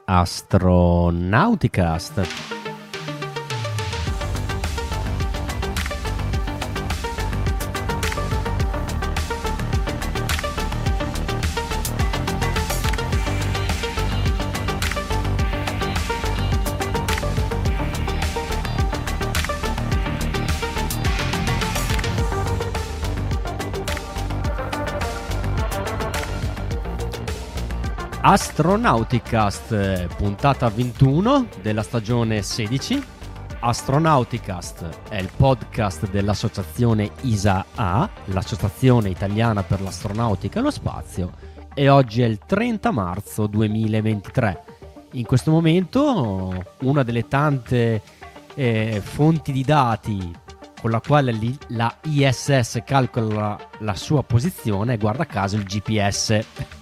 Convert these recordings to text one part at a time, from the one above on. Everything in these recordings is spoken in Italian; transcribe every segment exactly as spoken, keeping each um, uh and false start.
Astronauticast. Astronauticast, puntata ventuno della stagione sedici. Astronauticast è il podcast dell'associazione I S A A, l'Associazione Italiana per l'Astronautica e lo Spazio, e oggi è il trenta marzo duemilaventitré. In questo momento una delle tante eh, fonti di dati con la quale li, la I S S calcola la sua posizione è, guarda caso, il G P S.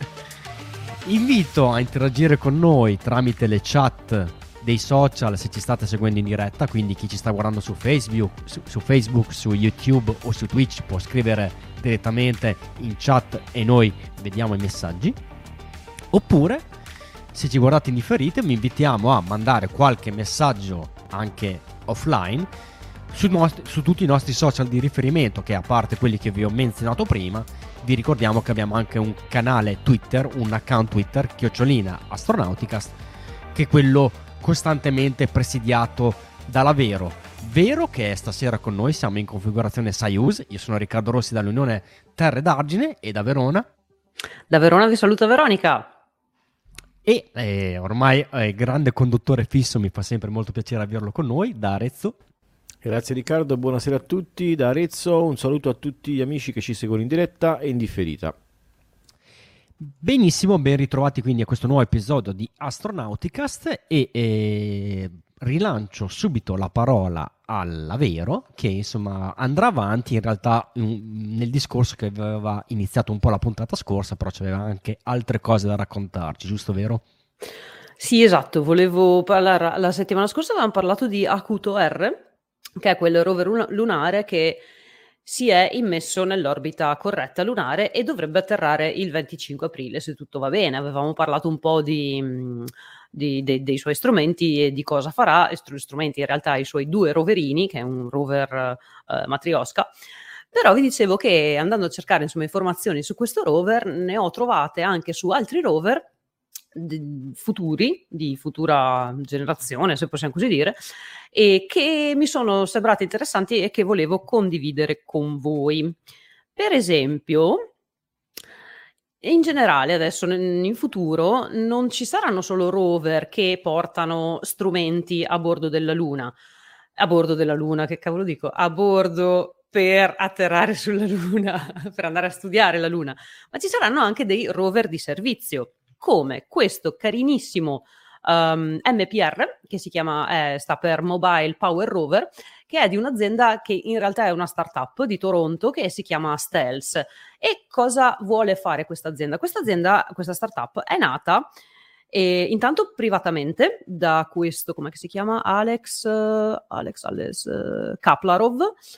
Invito a interagire con noi tramite le chat dei social se ci state seguendo in diretta, quindi chi ci sta guardando su Facebook, su, su Facebook, su YouTube o su Twitch può scrivere direttamente in chat e noi vediamo i messaggi. Oppure, se ci guardate in differita, vi invitiamo a mandare qualche messaggio anche offline su, nostri, su tutti i nostri social di riferimento, che a parte quelli che vi ho menzionato prima, vi ricordiamo che abbiamo anche un canale Twitter, un account Twitter, chiocciolina Astronauticast, che è quello costantemente presidiato dalla Vero. Vero che è stasera con noi, siamo in configurazione Soyuz. Io sono Riccardo Rossi dall'Unione Terre d'Argine, e da Verona. Da Verona vi saluta Veronica. E eh, ormai è grande conduttore fisso, mi fa sempre molto piacere averlo con noi, da Arezzo. Grazie Riccardo, buonasera a tutti da Arezzo, un saluto a tutti gli amici che ci seguono in diretta e in differita. Benissimo, ben ritrovati quindi a questo nuovo episodio di Astronauticast e eh, rilancio subito la parola alla Vero, che insomma andrà avanti in realtà in, nel discorso che aveva iniziato un po' la puntata scorsa, però c'aveva anche altre cose da raccontarci, giusto Vero? Sì, esatto, volevo parlare, la settimana scorsa avevamo parlato di Acuto R, che è quel rover lunare che si è immesso nell'orbita corretta lunare e dovrebbe atterrare il venticinque aprile, se tutto va bene. Avevamo parlato un po' di, di, de, dei suoi strumenti e di cosa farà. Strumenti, in realtà, i suoi due roverini, che è un rover eh, Matryoshka. Però vi dicevo che andando a cercare insomma informazioni su questo rover, ne ho trovate anche su altri rover futuri, di futura generazione, se possiamo così dire, e che mi sono sembrati interessanti e che volevo condividere con voi. Per esempio, in generale adesso in futuro non ci saranno solo rover che portano strumenti a bordo della Luna, a bordo della Luna, che cavolo dico, a bordo per atterrare sulla Luna, per andare a studiare la Luna, ma ci saranno anche dei rover di servizio, come questo carinissimo um, M P R, che si chiama, eh, sta per Mobile Power Rover, che è di un'azienda che in realtà è una startup di Toronto che si chiama Stealth. E cosa vuole fare questa azienda? Questa azienda, questa startup è nata eh, intanto privatamente da questo, come si chiama? Alex, uh, Alex, Alex uh, Kaplarov,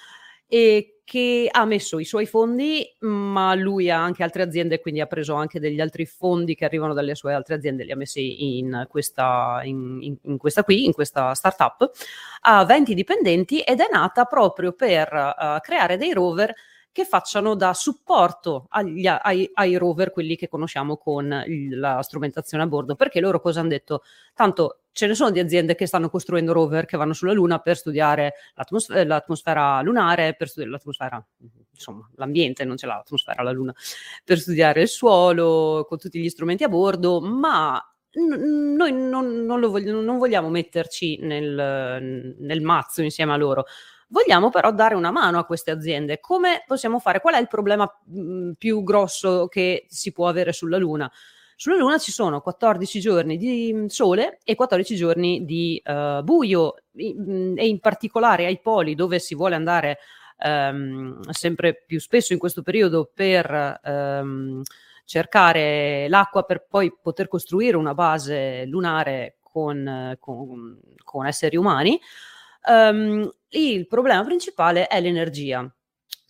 e che ha messo i suoi fondi, ma lui ha anche altre aziende, quindi ha preso anche degli altri fondi che arrivano dalle sue altre aziende, li ha messi in questa, in, in, in questa qui, in questa startup. Ha venti dipendenti ed è nata proprio per uh, creare dei rover che facciano da supporto agli, ai, ai rover, quelli che conosciamo con il, la strumentazione a bordo, perché loro cosa hanno detto? Tanto ce ne sono di aziende che stanno costruendo rover che vanno sulla Luna per studiare l'atmosfera, l'atmosfera lunare, per studiare l'atmosfera, insomma, l'ambiente, non c'è l'atmosfera, la Luna, per studiare il suolo con tutti gli strumenti a bordo, ma n- noi non, non, lo vogliamo, non vogliamo metterci nel, nel mazzo insieme a loro. Vogliamo però dare una mano a queste aziende. Come possiamo fare? Qual è il problema mh, più grosso che si può avere sulla Luna? Sulla Luna ci sono quattordici giorni di sole e quattordici giorni di uh, buio, e in particolare ai poli, dove si vuole andare um, sempre più spesso in questo periodo per um, cercare l'acqua, per poi poter costruire una base lunare con, con, con esseri umani. Um, il problema principale è l'energia.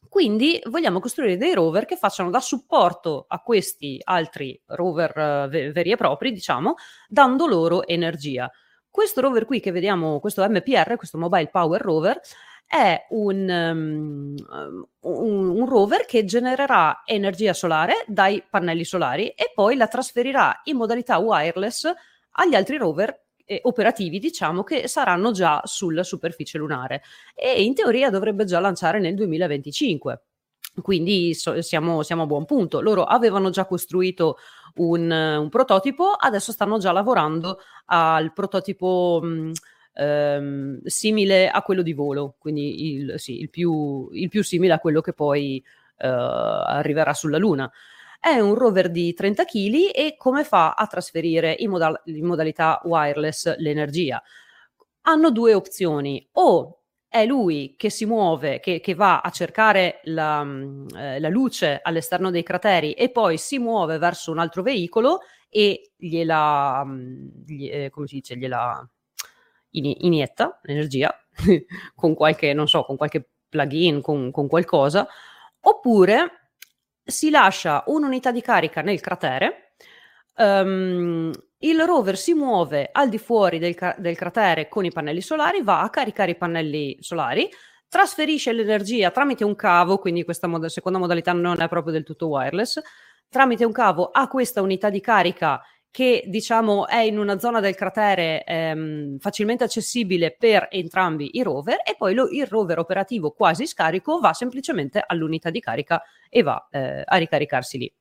Quindi vogliamo costruire dei rover che facciano da supporto a questi altri rover uh, ve- veri e propri, diciamo, dando loro energia. Questo rover qui che vediamo, questo M P R, questo Mobile Power Rover, è un, um, un, un rover che genererà energia solare dai pannelli solari e poi la trasferirà in modalità wireless agli altri rover eh, operativi, diciamo, che saranno già sulla superficie lunare, e in teoria dovrebbe già lanciare nel duemilaventicinque. Quindi so, siamo, siamo a buon punto. Loro avevano già costruito un, un prototipo, adesso stanno già lavorando al prototipo mh, ehm, simile a quello di volo, quindi il, sì, il, più, il più simile a quello che poi eh, arriverà sulla Luna. È un rover di trenta chili e come fa a trasferire in, modal- in modalità wireless l'energia? Hanno due opzioni: o è lui che si muove, che, che va a cercare la, eh, la luce all'esterno dei crateri e poi si muove verso un altro veicolo e gliela, gli, eh, come si dice, gliela in, inietta l'energia con qualche, non so, con qualche plugin, con, con qualcosa, oppure si lascia un'unità di carica nel cratere. Um, il rover si muove al di fuori del, ca- del cratere con i pannelli solari, va a caricare i pannelli solari, trasferisce l'energia tramite un cavo, quindi questa mod- seconda modalità non è proprio del tutto wireless, tramite un cavo a questa unità di carica che, diciamo, è in una zona del cratere ehm, facilmente accessibile per entrambi i rover, e poi lo, il rover operativo quasi scarico va semplicemente all'unità di carica e va eh, a ricaricarsi lì.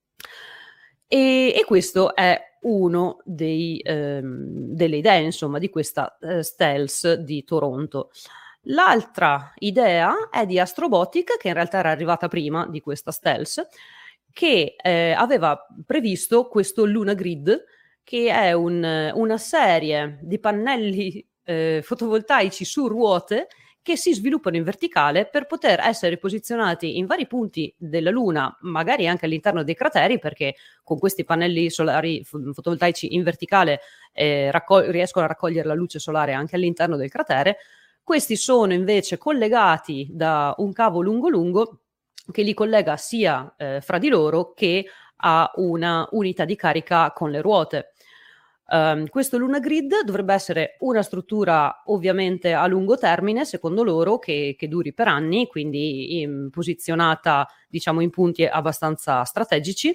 E, e questo è uno dei, ehm, delle idee, insomma, di questa eh, stealth di Toronto. L'altra idea è di Astrobotic, che in realtà era arrivata prima di questa stealth, che eh, aveva previsto questo Luna Grid, che è un, una serie di pannelli eh, fotovoltaici su ruote che si sviluppano in verticale per poter essere posizionati in vari punti della Luna, magari anche all'interno dei crateri, perché con questi pannelli solari fotovoltaici in verticale eh, raccol- riescono a raccogliere la luce solare anche all'interno del cratere. Questi sono invece collegati da un cavo lungo lungo che li collega sia eh, fra di loro che a una unità di carica con le ruote. Um, questo Luna Grid dovrebbe essere una struttura ovviamente a lungo termine, secondo loro, che, che duri per anni, quindi in, posizionata, diciamo, in punti abbastanza strategici,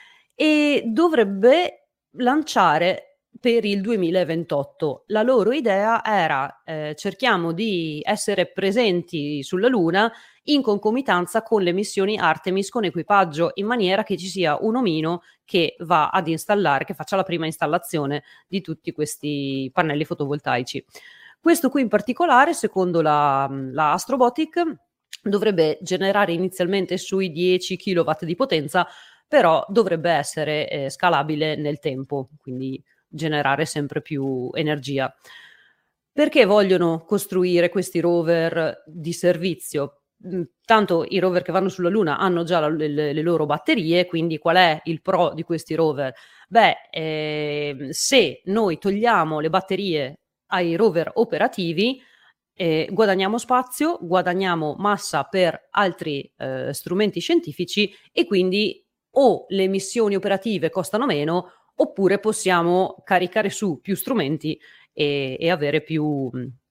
e dovrebbe lanciare per il duemilaventotto. La loro idea era eh, cerchiamo di essere presenti sulla Luna in concomitanza con le missioni Artemis con equipaggio, in maniera che ci sia un omino che va ad installare, che faccia la prima installazione di tutti questi pannelli fotovoltaici. Questo qui in particolare, secondo la, la Astrobotic, dovrebbe generare inizialmente sui dieci chilowatt di potenza, però dovrebbe essere eh, scalabile nel tempo, quindi generare sempre più energia. Perché vogliono costruire questi rover di servizio? Tanto i rover che vanno sulla Luna hanno già le, le, le loro batterie, quindi qual è il pro di questi rover? Beh, eh, se noi togliamo le batterie ai rover operativi, eh, guadagniamo spazio, guadagniamo massa per altri eh, strumenti scientifici, e quindi o le missioni operative costano meno, oppure possiamo caricare su più strumenti e, e avere più...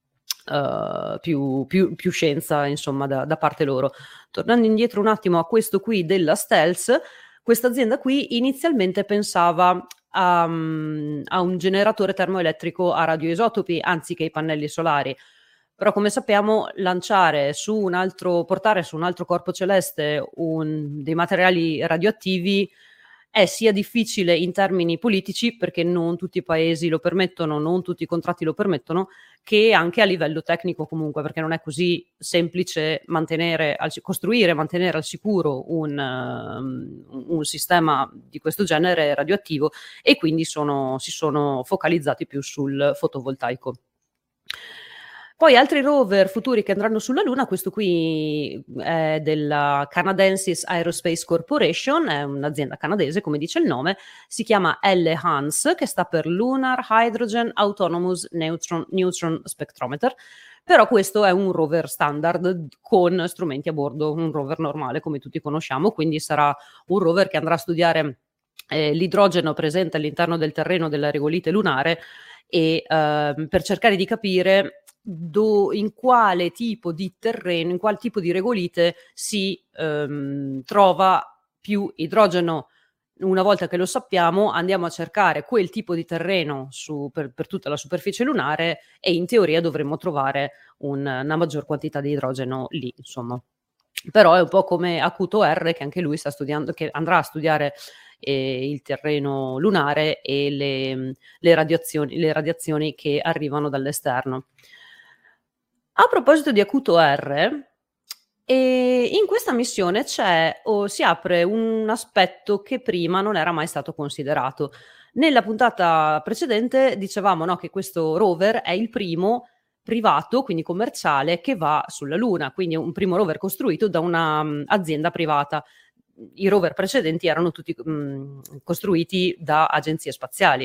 Uh, più, più, più scienza, insomma, da, da parte loro. Tornando indietro un attimo a questo qui della stealth, questa azienda qui inizialmente pensava a, um, a un generatore termoelettrico a radioisotopi anziché i pannelli solari, però come sappiamo lanciare su un altro, portare su un altro corpo celeste un, dei materiali radioattivi è sia difficile in termini politici, perché non tutti i paesi lo permettono, non tutti i contratti lo permettono, che anche a livello tecnico comunque, perché non è così semplice mantenere, costruire e mantenere al sicuro un, um, un sistema di questo genere radioattivo, e quindi sono, si sono focalizzati più sul fotovoltaico. Poi altri rover futuri che andranno sulla Luna, questo qui è della Canadensis Aerospace Corporation, è un'azienda canadese, come dice il nome, si chiama L H A N S, che sta per Lunar Hydrogen Autonomous Neutron, Neutron Spectrometer. Però questo è un rover standard con strumenti a bordo, un rover normale come tutti conosciamo, quindi sarà un rover che andrà a studiare eh, l'idrogeno presente all'interno del terreno della regolite lunare e eh, per cercare di capire do, in quale tipo di terreno, in quale tipo di regolite si ehm, trova più idrogeno. Una volta che lo sappiamo, andiamo a cercare quel tipo di terreno su, per, per tutta la superficie lunare e in teoria dovremmo trovare un, una maggior quantità di idrogeno lì, insomma. Però è un po' come Acuto R, che anche lui sta studiando, che andrà a studiare eh, il terreno lunare e le, le, radiazioni, le radiazioni che arrivano dall'esterno. A proposito di Acuto R, e in questa missione c'è o si apre un aspetto che prima non era mai stato considerato. Nella puntata precedente dicevamo, no, che questo rover è il primo privato, quindi commerciale, che va sulla Luna, quindi un primo rover costruito da un'azienda um, privata. I rover precedenti erano tutti um, costruiti da agenzie spaziali.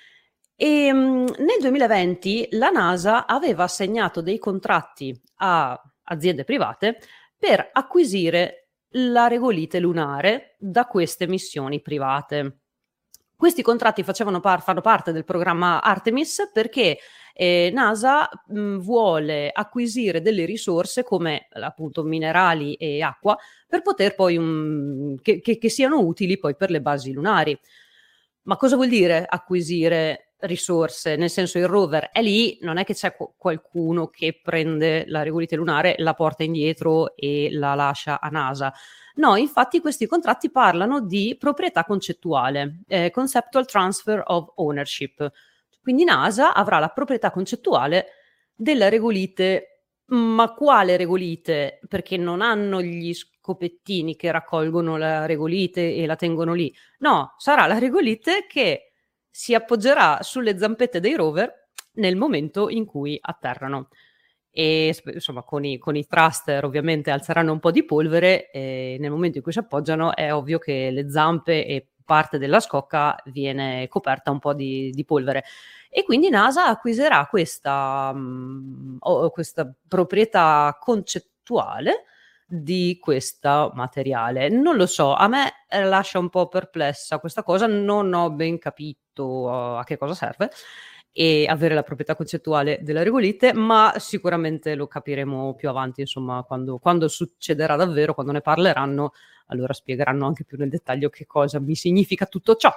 E um, nel duemilaventi la NASA aveva assegnato dei contratti a aziende private per acquisire la regolite lunare da queste missioni private. Questi contratti facevano par- fanno parte del programma Artemis perché eh, NASA mh, vuole acquisire delle risorse come appunto minerali e acqua per poter poi um, che, che, che siano utili poi per le basi lunari. Ma cosa vuol dire acquisire risorse? Nel senso, il rover è lì, non è che c'è qu- qualcuno che prende la regolite lunare, la porta indietro e la lascia a NASA. No, infatti questi contratti parlano di proprietà concettuale, eh, conceptual transfer of ownership. Quindi NASA avrà la proprietà concettuale della regolite, ma quale regolite? Perché non hanno gli scopettini che raccolgono la regolite e la tengono lì. No, sarà la regolite che si appoggerà sulle zampette dei rover nel momento in cui atterrano. E insomma con i, con i thruster ovviamente alzeranno un po' di polvere e nel momento in cui si appoggiano è ovvio che le zampe e parte della scocca viene coperta un po' di, di polvere e quindi NASA acquisirà questa, um, oh, questa proprietà concettuale di questo materiale. Non lo so, a me lascia un po' perplessa questa cosa, non ho ben capito uh, a che cosa serve e avere la proprietà concettuale della regolite, ma sicuramente lo capiremo più avanti, insomma, quando, quando succederà davvero, quando ne parleranno, allora spiegheranno anche più nel dettaglio che cosa mi significa tutto ciò.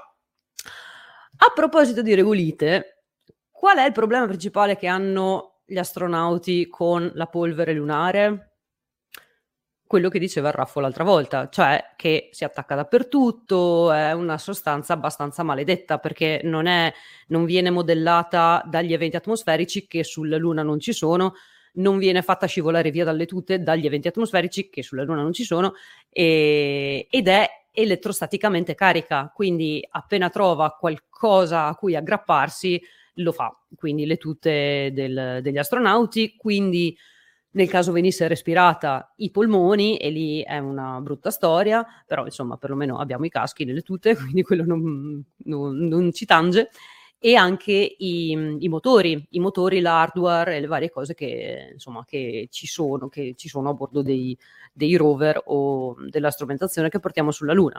A proposito di regolite, qual è il problema principale che hanno gli astronauti con la polvere lunare? Quello che diceva il Raffo l'altra volta, cioè che si attacca dappertutto, è una sostanza abbastanza maledetta perché non, è, non viene modellata dagli eventi atmosferici che sulla Luna non ci sono, non viene fatta scivolare via dalle tute dagli eventi atmosferici che sulla Luna non ci sono e, ed è elettrostaticamente carica, quindi appena trova qualcosa a cui aggrapparsi lo fa, quindi le tute del, degli astronauti, quindi nel caso venisse respirata i polmoni e lì è una brutta storia, però insomma perlomeno abbiamo i caschi nelle tute, quindi quello non, non, non ci tange, e anche i, i motori, i motori, l'hardware e le varie cose che insomma che ci sono, che ci sono a bordo dei, dei rover o della strumentazione che portiamo sulla Luna.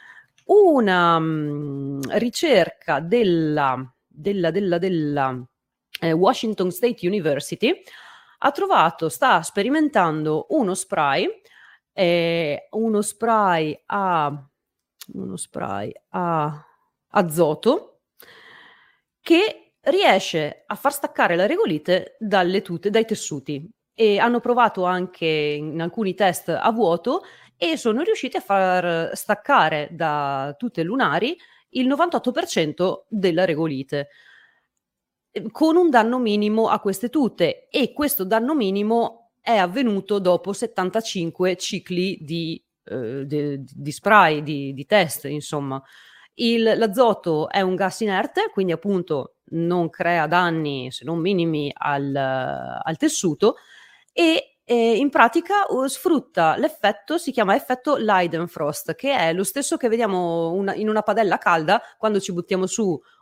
Una um, ricerca della, della, della, della eh, Washington State University ha trovato, sta sperimentando uno spray, eh, uno spray a uno spray a azoto che riesce a far staccare la regolite dalle tute, dai tessuti. E hanno provato anche in alcuni test a vuoto e sono riusciti a far staccare da tute lunari il novantotto per cento della regolite, con un danno minimo a queste tute, e questo danno minimo è avvenuto dopo settantacinque cicli di, eh, di, di spray, di, di test, insomma. Il, l'azoto è un gas inerte, quindi appunto non crea danni se non minimi al, al tessuto e eh, in pratica uh, sfrutta l'effetto, si chiama effetto Leidenfrost, che è lo stesso che vediamo una, in una padella calda quando ci buttiamo su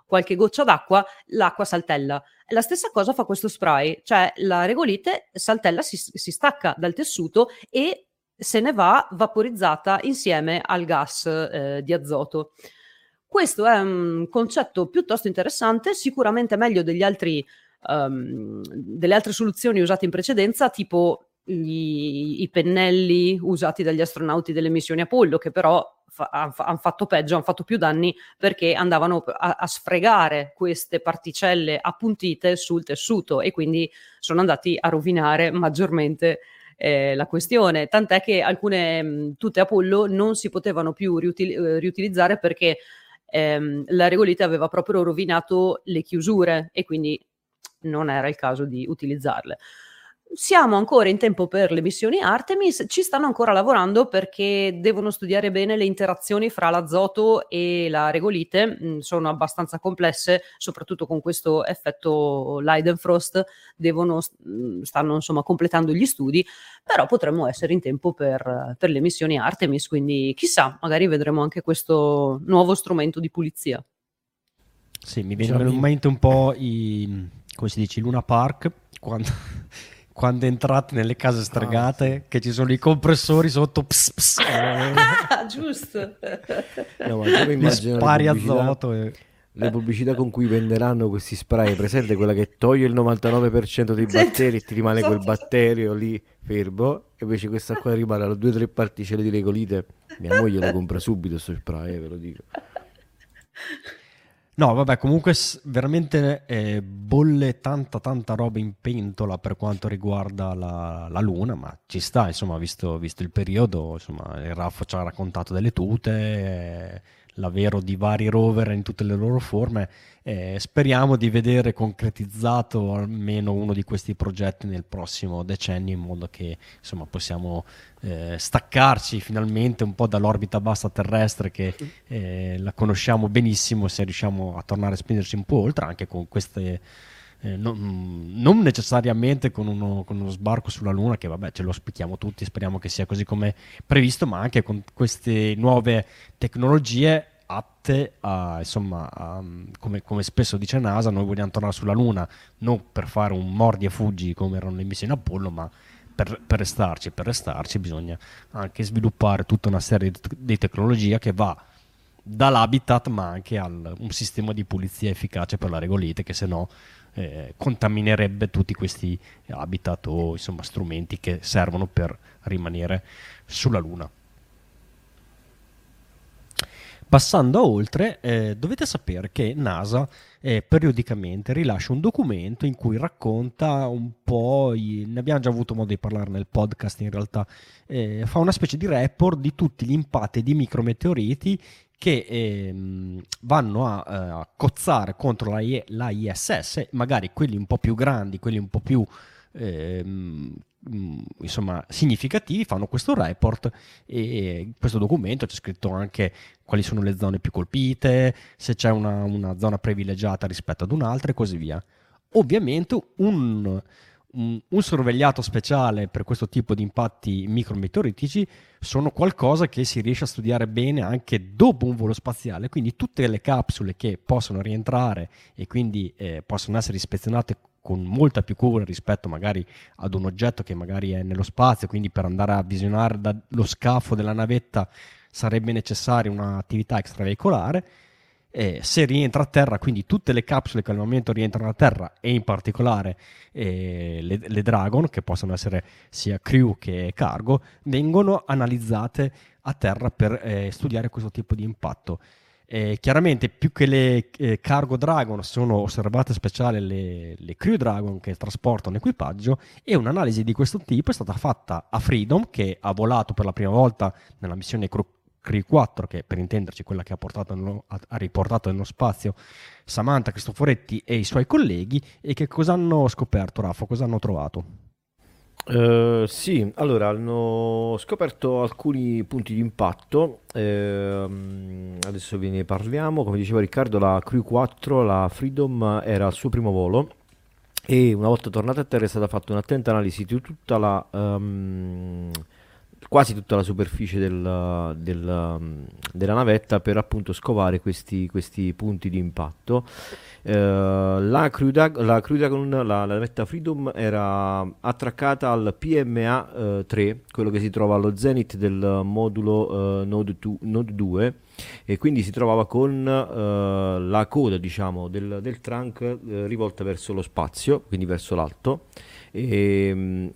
qualche goccia d'acqua, l'acqua saltella. La stessa cosa fa questo spray, cioè la regolite saltella, si, si stacca dal tessuto e se ne va vaporizzata insieme al gas eh, di azoto. Questo è un concetto piuttosto interessante, sicuramente meglio degli altri, um, delle altre soluzioni usate in precedenza, tipo gli, i pennelli usati dagli astronauti delle missioni Apollo, che però fa, hanno han fatto peggio, hanno fatto più danni perché andavano a, a sfregare queste particelle appuntite sul tessuto e quindi sono andati a rovinare maggiormente Eh, la questione, tant'è che alcune mh, tute Apollo non si potevano più riutil- eh, riutilizzare perché ehm, la regolite aveva proprio rovinato le chiusure e quindi non era il caso di utilizzarle. Siamo ancora in tempo per le missioni Artemis, ci stanno ancora lavorando perché devono studiare bene le interazioni fra l'azoto e la regolite, mh, sono abbastanza complesse, soprattutto con questo effetto Leidenfrost, devono, mh, stanno insomma completando gli studi, però potremmo essere in tempo per, per le missioni Artemis, quindi chissà, magari vedremo anche questo nuovo strumento di pulizia. Sì, mi vengono in mente un po' i, come si dice, i Luna Park, quando... quando entrate nelle case stregate, ah, sì, che ci sono i compressori sotto, pss, pss, eh. Giusto. No, ma io mi immagino spari azoto e... le pubblicità con cui venderanno questi spray, presente quella che toglie il novantanove per cento dei batteri e ti rimane quel batterio lì fermo, e invece questa qua rimane a due o tre particelle di regolite. Mia moglie lo compra subito sto spray, eh, ve lo dico. No, vabbè, comunque veramente eh, bolle tanta tanta roba in pentola per quanto riguarda la, la Luna, ma ci sta, insomma, visto, visto il periodo, insomma, il Raff ci ha raccontato delle tute, eh, l'avvero di vari rover in tutte le loro forme, eh, speriamo di vedere concretizzato almeno uno di questi progetti nel prossimo decennio, in modo che, insomma, possiamo eh, staccarci finalmente un po' dall'orbita bassa terrestre, che eh, la conosciamo benissimo, se riusciamo a tornare a spingerci un po' oltre, anche con queste eh, non, non necessariamente con uno, con uno sbarco sulla Luna, che vabbè ce lo aspettiamo tutti, speriamo che sia così come previsto, ma anche con queste nuove tecnologie atte a, insomma, a, come, come spesso dice NASA, noi vogliamo tornare sulla Luna non per fare un mordi e fuggi come erano le missioni Apollo, ma per, per restarci. Per restarci bisogna anche sviluppare tutta una serie di, di tecnologia che va dall'habitat ma anche a un sistema di pulizia efficace per la regolite, che se no eh, contaminerebbe tutti questi habitat o insomma strumenti che servono per rimanere sulla Luna. Passando a oltre, eh, dovete sapere che NASA eh, periodicamente rilascia un documento in cui racconta un po', i, ne abbiamo già avuto modo di parlare nel podcast in realtà, eh, fa una specie di report di tutti gli impatti di micrometeoriti che ehm, vanno a, eh, a cozzare contro la, I- la I S S, magari quelli un po' più grandi, quelli un po' più ehm, insomma significativi, fanno questo report, e in questo documento c'è scritto anche quali sono le zone più colpite, se c'è una, una zona privilegiata rispetto ad un'altra e così via. Ovviamente un, un, un sorvegliato speciale per questo tipo di impatti micrometeoritici sono qualcosa che si riesce a studiare bene anche dopo un volo spaziale, quindi tutte le capsule che possono rientrare e quindi eh, possono essere ispezionate con molta più cura rispetto magari ad un oggetto che magari è nello spazio, quindi per andare a visionare dallo scafo della navetta sarebbe necessaria un'attività extraveicolare. Eh, se rientra a terra, quindi tutte le capsule che al momento rientrano a terra, e in particolare eh, le, le Dragon, che possono essere sia crew che cargo, vengono analizzate a terra per eh, studiare questo tipo di impatto. Eh, chiaramente più che le eh, Cargo Dragon sono osservate speciali le, le Crew Dragon che trasportano equipaggio, e un'analisi di questo tipo è stata fatta a Freedom, che ha volato per la prima volta nella missione Crew quattro, che per intenderci quella che ha, portato nello, ha, ha riportato nello spazio Samantha Cristoforetti e i suoi colleghi. E che cosa hanno scoperto, Raffo? Cosa hanno trovato? Uh, sì, allora hanno scoperto alcuni punti di impatto, ehm, adesso ve ne parliamo. Come diceva Riccardo, la Crew quattro, la Freedom, era al suo primo volo, e una volta tornata a terra è stata fatta un'attenta analisi di tutta la, um, quasi tutta la superficie del- del, della navetta per appunto scovare questi, questi punti di impatto. Eh, la Crew, Drag- la Crew Dragon, la, la navetta Freedom era attraccata al P M A eh, tre, quello che si trova allo zenith del modulo eh, Node due, Node due, e quindi si trovava con eh, la coda, diciamo, del, del trunk eh, rivolta verso lo spazio, quindi verso l'alto. E, mh,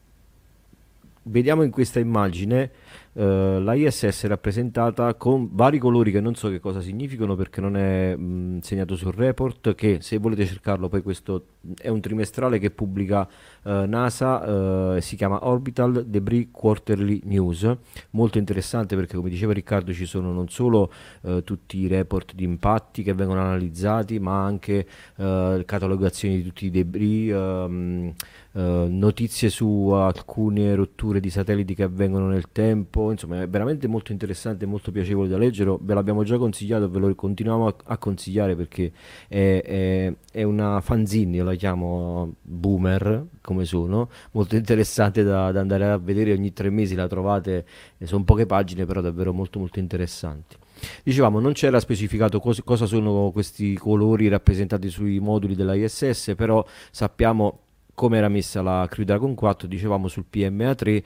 vediamo in questa immagine eh, la I S S rappresentata con vari colori che non so che cosa significano perché non è mh, segnato sul report, che se volete cercarlo poi questo è un trimestrale che pubblica eh, NASA, eh, si chiama Orbital Debris Quarterly News, molto interessante perché come diceva Riccardo ci sono non solo eh, tutti i report di impatti che vengono analizzati, ma anche eh, catalogazioni di tutti i debris, ehm, eh, notizie su alcune rotture di satelliti che avvengono nel tempo. Insomma è veramente molto interessante e molto piacevole da leggere, ve l'abbiamo già consigliato, ve lo continuiamo a, a consigliare perché è, è- è una fanzine, io la chiamo boomer come sono, molto interessante da, da andare a vedere, ogni tre mesi la trovate, e sono poche pagine però davvero molto molto interessanti. Dicevamo, non c'era specificato cos- cosa sono questi colori rappresentati sui moduli della I S S, però sappiamo come era messa la Crew Dragon quattro, dicevamo sul P M A tre,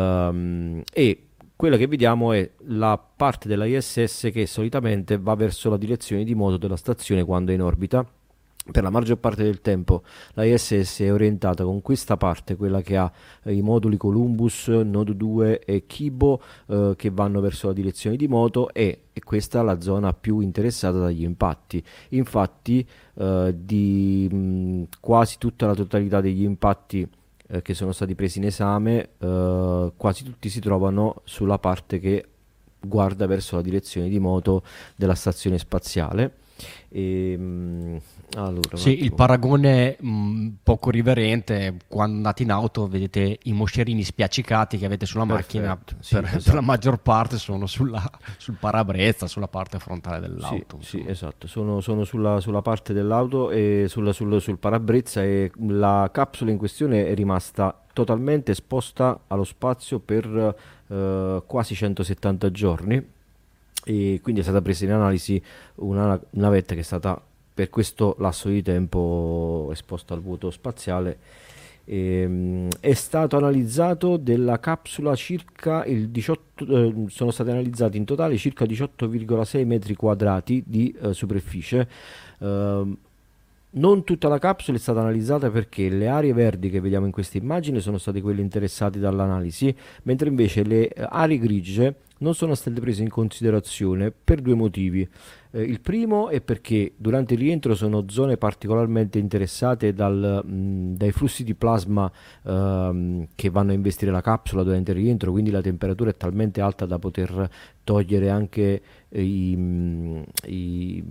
ehm, e quella che vediamo è la parte della I S S che solitamente va verso la direzione di moto della stazione quando è in orbita. Per la maggior parte del tempo la I S S è orientata con questa parte, quella che ha eh, i moduli Columbus, Node due e Kibo, eh, che vanno verso la direzione di moto, e, e questa è la zona più interessata dagli impatti. Infatti eh, di mh, quasi tutta la totalità degli impatti eh, che sono stati presi in esame, eh, quasi tutti si trovano sulla parte che guarda verso la direzione di moto della stazione spaziale. E, mh, allora, un Sì, il attimo. paragone mh, poco riverente, quando andate in auto vedete i moscerini spiaccicati che avete sulla macchina, Perfetto, sì, per, per la esatto. maggior parte sono sulla, sul parabrezza, sulla parte frontale Sì, dell'auto. sì, insomma. esatto, sono, sono sulla, sulla parte dell'auto e sulla- sul, sul parabrezza, e la capsula in questione è rimasta totalmente esposta allo spazio per eh, quasi centosettanta giorni, e quindi è stata presa in analisi una navetta che è stata per questo lasso di tempo esposta al vuoto spaziale. Ehm, è stato analizzato della capsula circa il diciotto, eh, sono stati analizzati in totale circa diciotto virgola sei metri quadrati di eh, superficie. Ehm, non tutta la capsula è stata analizzata perché le aree verdi che vediamo in questa immagine sono state quelle interessate dall'analisi, mentre invece le eh, aree grigie non sono state prese in considerazione per due motivi. Eh, il primo è perché durante il rientro sono zone particolarmente interessate dal, mh, dai flussi di plasma ehm, che vanno a investire la capsula durante il rientro, quindi la temperatura è talmente alta da poter togliere anche eh, i, mh, i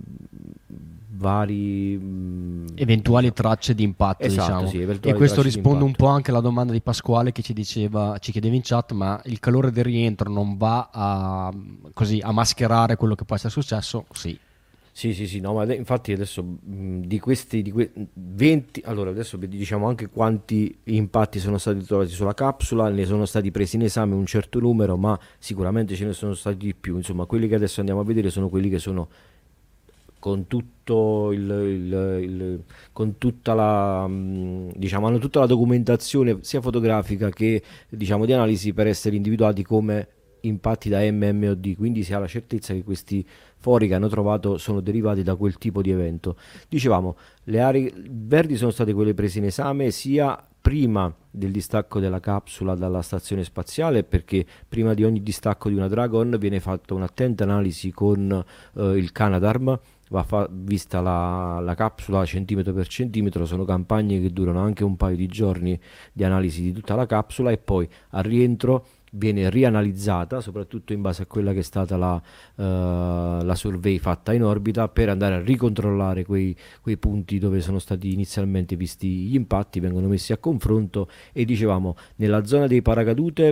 vari mh, Eventuali diciamo- tracce di impatto, esatto, diciamo. sì, E eventuali questo tracce di risponde un impatto. po' anche alla domanda di Pasquale che ci diceva, ci chiedeva in chat, ma il calore del rientro non va a, così, a mascherare quello che può essere successo? Sì. Sì, sì, sì, no, ma ade- infatti adesso mh, di questi di que- venti, allora adesso vi diciamo anche quanti impatti sono stati trovati sulla capsula, ne sono stati presi in esame un certo numero, ma sicuramente ce ne sono stati di più. Insomma, quelli che adesso andiamo a vedere sono quelli che sono con tutto il, il- il- con tutta la mh, diciamo hanno tutta la documentazione sia fotografica che diciamo di analisi per essere individuati come impatti da M M O D, quindi si ha la certezza che questi fori che hanno trovato sono derivati da quel tipo di evento. Dicevamo, le aree verdi sono state quelle prese in esame sia prima del distacco della capsula dalla stazione spaziale, perché prima di ogni distacco di una Dragon viene fatta un'attenta analisi con eh, il Canadarm, va fa- vista la, la capsula centimetro per centimetro, sono campagne che durano anche un paio di giorni di analisi di tutta la capsula, e poi al rientro viene rianalizzata soprattutto in base a quella che è stata la, eh, la survey fatta in orbita, per andare a ricontrollare quei, quei punti dove sono stati inizialmente visti gli impatti, vengono messi a confronto, e dicevamo nella zona dei paracadute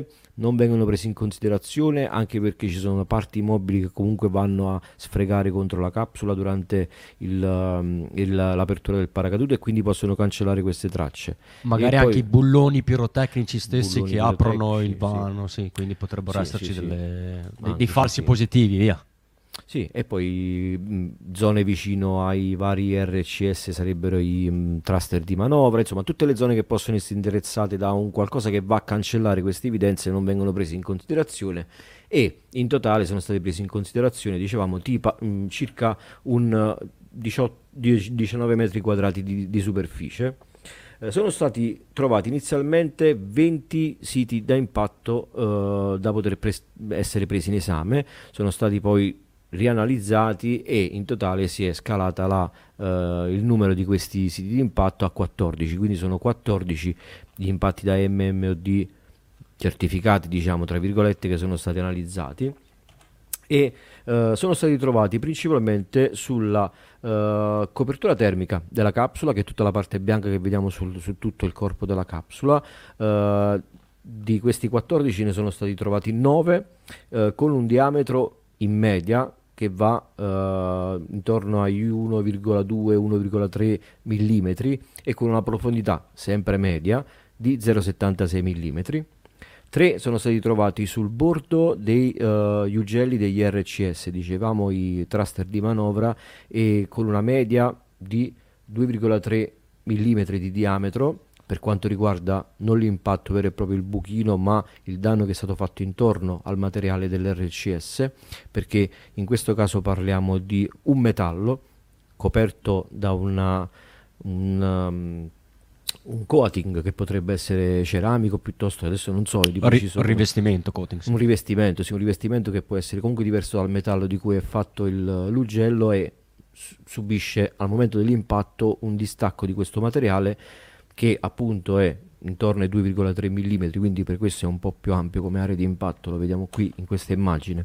non vengono presi in considerazione, anche perché ci sono parti mobili che comunque vanno a sfregare contro la capsula durante il, um, il- l'apertura del paracadute, e quindi possono cancellare queste tracce. Magari E anche i poi bulloni pirotecnici stessi bulloni che aprono il pirotecnici, sì. vano, sì, quindi potrebbero Sì, esserci sì, sì. delle- dei, Anche, dei sì, falsi sì. positivi, via. Sì, e poi mh, zone vicino ai vari R C S sarebbero i mh, thruster di manovra, insomma tutte le zone che possono essere interessate da un qualcosa che va a cancellare queste evidenze non vengono prese in considerazione, e in totale sono state prese in considerazione, dicevamo, tipo, mh, circa un eh, diciotto, dieci- diciannove metri quadrati di, di superficie. Eh, sono stati trovati inizialmente venti siti da impatto eh, da poter pres- essere presi in esame, sono stati poi rianalizzati e in totale si è scalata la, eh, il numero di questi siti di impatto a quattordici, quindi sono quattordici gli impatti da M M O D certificati, diciamo tra virgolette, che sono stati analizzati, e eh, sono stati trovati principalmente sulla eh, copertura termica della capsula, che è tutta la parte bianca che vediamo sul- su tutto il corpo della capsula. Eh, di questi quattordici ne sono stati trovati nove eh, con un diametro in media che va eh, intorno agli uno virgola due uno virgola tre mm, e con una profondità sempre media di zero virgola settantasei mm. Tre sono stati trovati sul bordo dei eh, ugelli degli R C S, dicevamo i thruster di manovra, e con una media di due virgola tre mm di diametro per quanto riguarda non l'impatto vero e proprio, il buchino, ma il danno che è stato fatto intorno al materiale dell'R C S, perché in questo caso parliamo di un metallo coperto da una, un, um, un coating che potrebbe essere ceramico piuttosto, adesso non so di Ri- preciso come- rivestimento, coating, sì. un rivestimento, sì, un rivestimento che può essere comunque diverso dal metallo di cui è fatto il- l'ugello, e s- subisce al momento dell'impatto un distacco di questo materiale che appunto è intorno ai due virgola tre mm, quindi per questo è un po' più ampio come area di impatto, lo vediamo qui in questa immagine.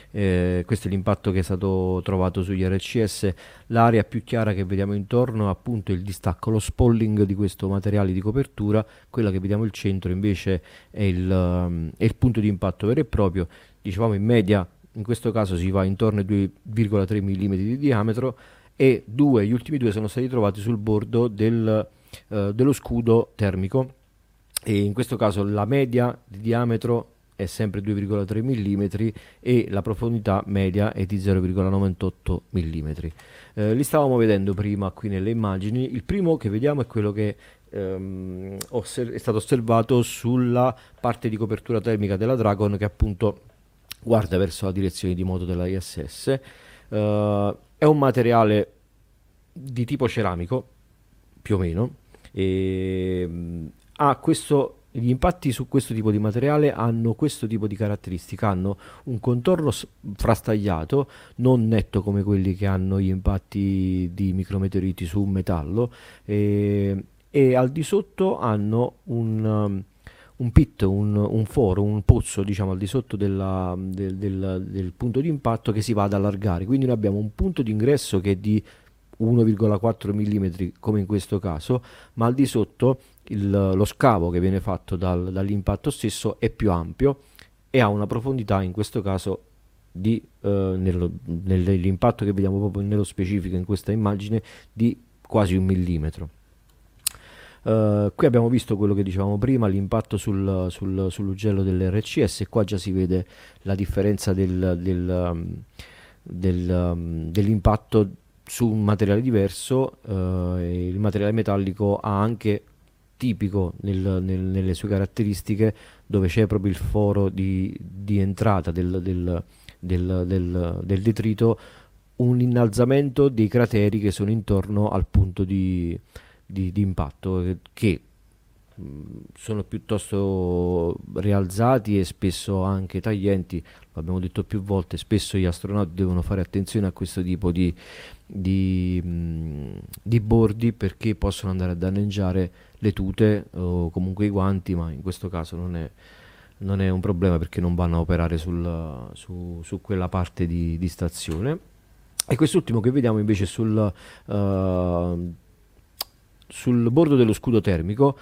Eh, questo è l'impatto che è stato trovato sugli R C S. L'area più chiara che vediamo intorno è appunto il distacco, lo spalling di questo materiale di copertura. Quella che vediamo al centro invece è il, um, è il punto di impatto vero e proprio. Dicevamo in media in questo caso si va intorno ai due virgola tre mm di diametro, e due, gli ultimi due sono stati trovati sul bordo del, eh, dello scudo termico, e in questo caso la media di diametro è sempre due virgola tre mm e la profondità media è di zero virgola novantotto mm. Eh, li stavamo vedendo prima qui nelle immagini. Il primo che vediamo è quello che ehm, osser- è stato osservato sulla parte di copertura termica della Dragon, che appunto guarda verso la direzione di moto della I S S. Eh, è un materiale di tipo ceramico più o meno, e mh, ha questo, gli impatti su questo tipo di materiale hanno questo tipo di caratteristica, hanno un contorno s- frastagliato, non netto come quelli che hanno gli impatti di micrometeoriti su un metallo, e, e al di sotto hanno un, um, un pit, un, un foro, un pozzo, diciamo, al di sotto della- del, del- del punto di impatto, che si va ad allargare. Quindi noi abbiamo un punto di ingresso che è di uno virgola quattro mm come in questo caso, ma al di sotto il- lo scavo che viene fatto dal- dall'impatto stesso è più ampio e ha una profondità in questo caso di, eh, nello- nell'impatto che vediamo proprio nello specifico in questa immagine, di quasi un millimetro. Uh, qui abbiamo visto quello che dicevamo prima, l'impatto sul, sul, sull'ugello dell'R C S, e qua già si vede la differenza del, del, um, del, um, dell'impatto su un materiale diverso. Uh, e il materiale metallico ha anche, tipico nel- nel- nelle sue caratteristiche, dove c'è proprio il foro di, di entrata del, del, del, del, del detrito, un innalzamento dei crateri che sono intorno al punto di di, di impatto, eh, che mh, sono piuttosto rialzati e spesso anche taglienti. L'abbiamo detto più volte, spesso gli astronauti devono fare attenzione a questo tipo di, di, mh, di bordi, perché possono andare a danneggiare le tute o comunque i guanti, ma in questo caso non è, non è un problema, perché non vanno a operare sul, su, su quella parte di, di stazione. E quest'ultimo che vediamo invece sul uh, sul bordo dello scudo termico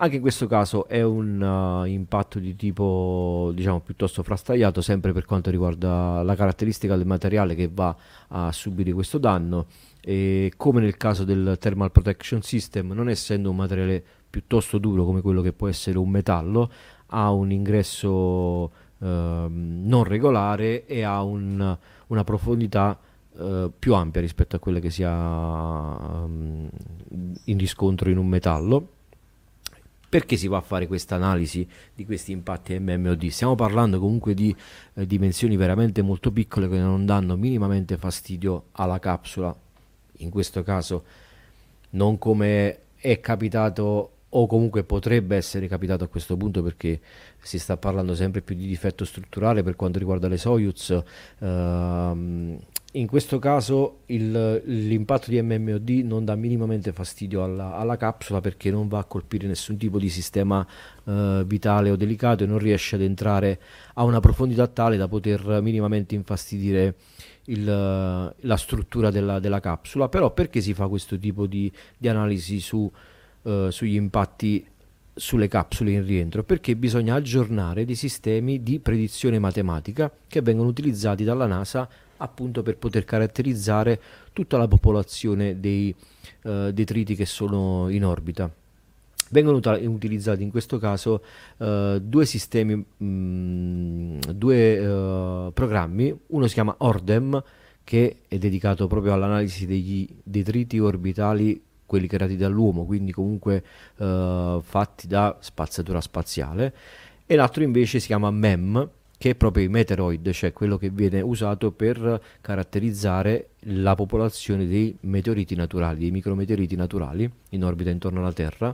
Anche in questo caso è un uh, impatto di tipo, diciamo, piuttosto frastagliato, sempre per quanto riguarda la caratteristica del materiale che va a subire questo danno. E come nel caso del Thermal Protection System, non essendo un materiale piuttosto duro come quello che può essere un metallo, ha un ingresso eh, non regolare e ha un, una profondità eh, più ampia rispetto a quella che si ha um, in riscontro in un metallo. Perché si va a fare questa analisi di questi impatti M M O D? Stiamo parlando comunque di eh, dimensioni veramente molto piccole che non danno minimamente fastidio alla capsula. In questo caso non come è capitato o comunque potrebbe essere capitato a questo punto, perché si sta parlando sempre più di difetto strutturale per quanto riguarda le Soyuz. Ehm, in questo caso il, l'impatto di M M O D non dà minimamente fastidio alla, alla capsula, perché non va a colpire nessun tipo di sistema eh, vitale o delicato e non riesce ad entrare a una profondità tale da poter minimamente infastidire il, la struttura della, della capsula. Però perché si fa questo tipo di, di analisi su, uh, sugli impatti sulle capsule in rientro? Perché bisogna aggiornare dei sistemi di predizione matematica che vengono utilizzati dalla NASA appunto per poter caratterizzare tutta la popolazione dei uh, detriti che sono in orbita. Vengono ut- utilizzati in questo caso uh, due sistemi, mh, due uh, programmi. Uno si chiama ORDEM, che è dedicato proprio all'analisi degli detriti orbitali, quelli creati dall'uomo, quindi comunque uh, fatti da spazzatura spaziale, e l'altro invece si chiama MEM, che è proprio i meteoroid, cioè quello che viene usato per caratterizzare la popolazione dei meteoriti naturali, dei micrometeoriti naturali in orbita intorno alla Terra.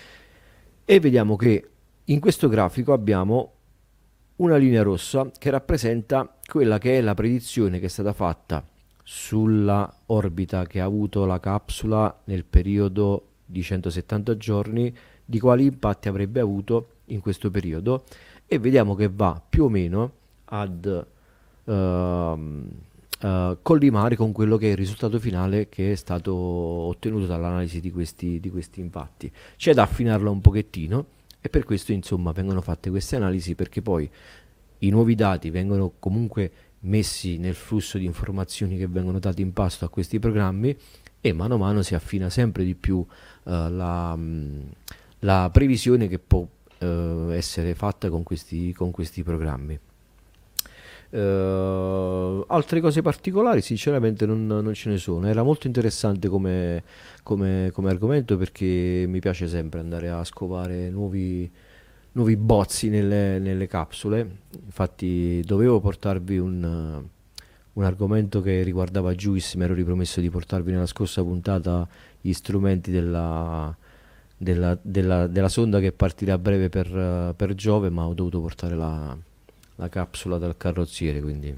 E vediamo che in questo grafico abbiamo una linea rossa che rappresenta quella che è la predizione che è stata fatta sulla orbita che ha avuto la capsula nel periodo di centosettanta giorni, di quali impatti avrebbe avuto in questo periodo, e vediamo che va più o meno ad uh, uh, collimare con quello che è il risultato finale che è stato ottenuto dall'analisi di questi, di questi impatti. C'è da affinarla un pochettino, e per questo insomma vengono fatte queste analisi, perché poi i nuovi dati vengono comunque messi nel flusso di informazioni che vengono dati in pasto a questi programmi, e mano a mano si affina sempre di più uh, la, la previsione che può uh, essere fatta con questi, con questi programmi. Uh, altre cose particolari sinceramente non, non ce ne sono. Era molto interessante come, come, come argomento, perché mi piace sempre andare a scovare nuovi, nuovi bozzi nelle, nelle capsule. Infatti dovevo portarvi un, un argomento che riguardava Juice, mi ero ripromesso di portarvi nella scorsa puntata gli strumenti della, della, della, della sonda che partirà a breve per, per Giove, ma ho dovuto portare la la capsula dal carrozziere, quindi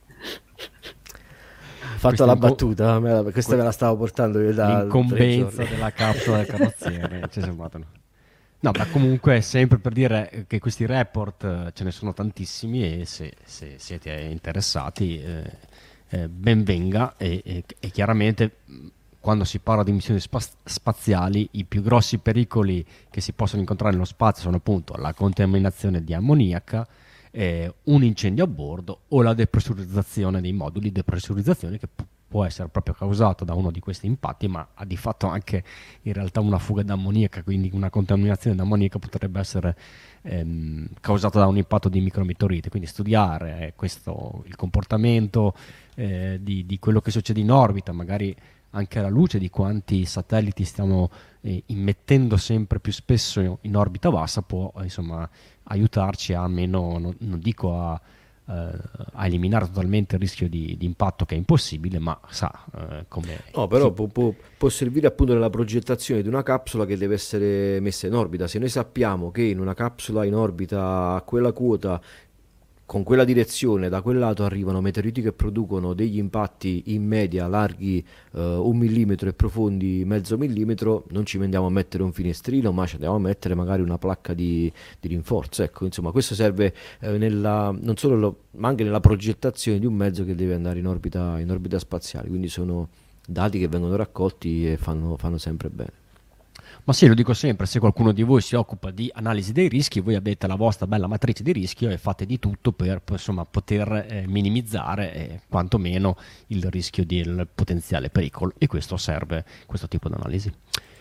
fatto la battuta, me la, questa me la stavo portando io da l'incombenza della capsula del carrozziere. Ci è sembrato, no? No, ma comunque sempre per dire che questi report ce ne sono tantissimi, e se, se siete interessati eh, eh, ben venga, e, e, e chiaramente quando si parla di missioni spa- spaziali i più grossi pericoli che si possono incontrare nello spazio sono appunto la contaminazione di ammoniaca, Eh, un incendio a bordo o la depressurizzazione dei moduli di depressurizzazione, che pu- può essere proprio causato da uno di questi impatti, ma ha di fatto anche in realtà una fuga d'ammoniaca, quindi una contaminazione d'ammoniaca potrebbe essere ehm, causata da un impatto di micrometeorite. Quindi studiare eh, questo, il comportamento eh, di, di quello che succede in orbita, magari anche alla luce di quanti satelliti stiamo eh, immettendo sempre più spesso in orbita bassa, può eh, insomma aiutarci a meno, non, non dico a, eh, a eliminare totalmente il rischio di, di impatto, che è impossibile, ma sa eh, come... No, però può, può, può servire appunto nella progettazione di una capsula che deve essere messa in orbita. Se noi sappiamo che in una capsula in orbita a quella quota, con quella direzione, da quel lato arrivano meteoriti che producono degli impatti in media larghi uh, un millimetro e profondi mezzo millimetro, non ci andiamo a mettere un finestrino, ma ci andiamo a mettere magari una placca di, di rinforzo. Ecco, insomma, questo serve eh, nella, non solo lo, ma anche nella progettazione di un mezzo che deve andare in orbita, in orbita spaziale. Quindi sono dati che vengono raccolti e fanno, fanno sempre bene. Ma sì, lo dico sempre, se qualcuno di voi si occupa di analisi dei rischi, voi avete la vostra bella matrice di rischio e fate di tutto per, per, insomma, poter eh, minimizzare eh, quantomeno il rischio del potenziale pericolo, e questo serve, questo tipo di analisi.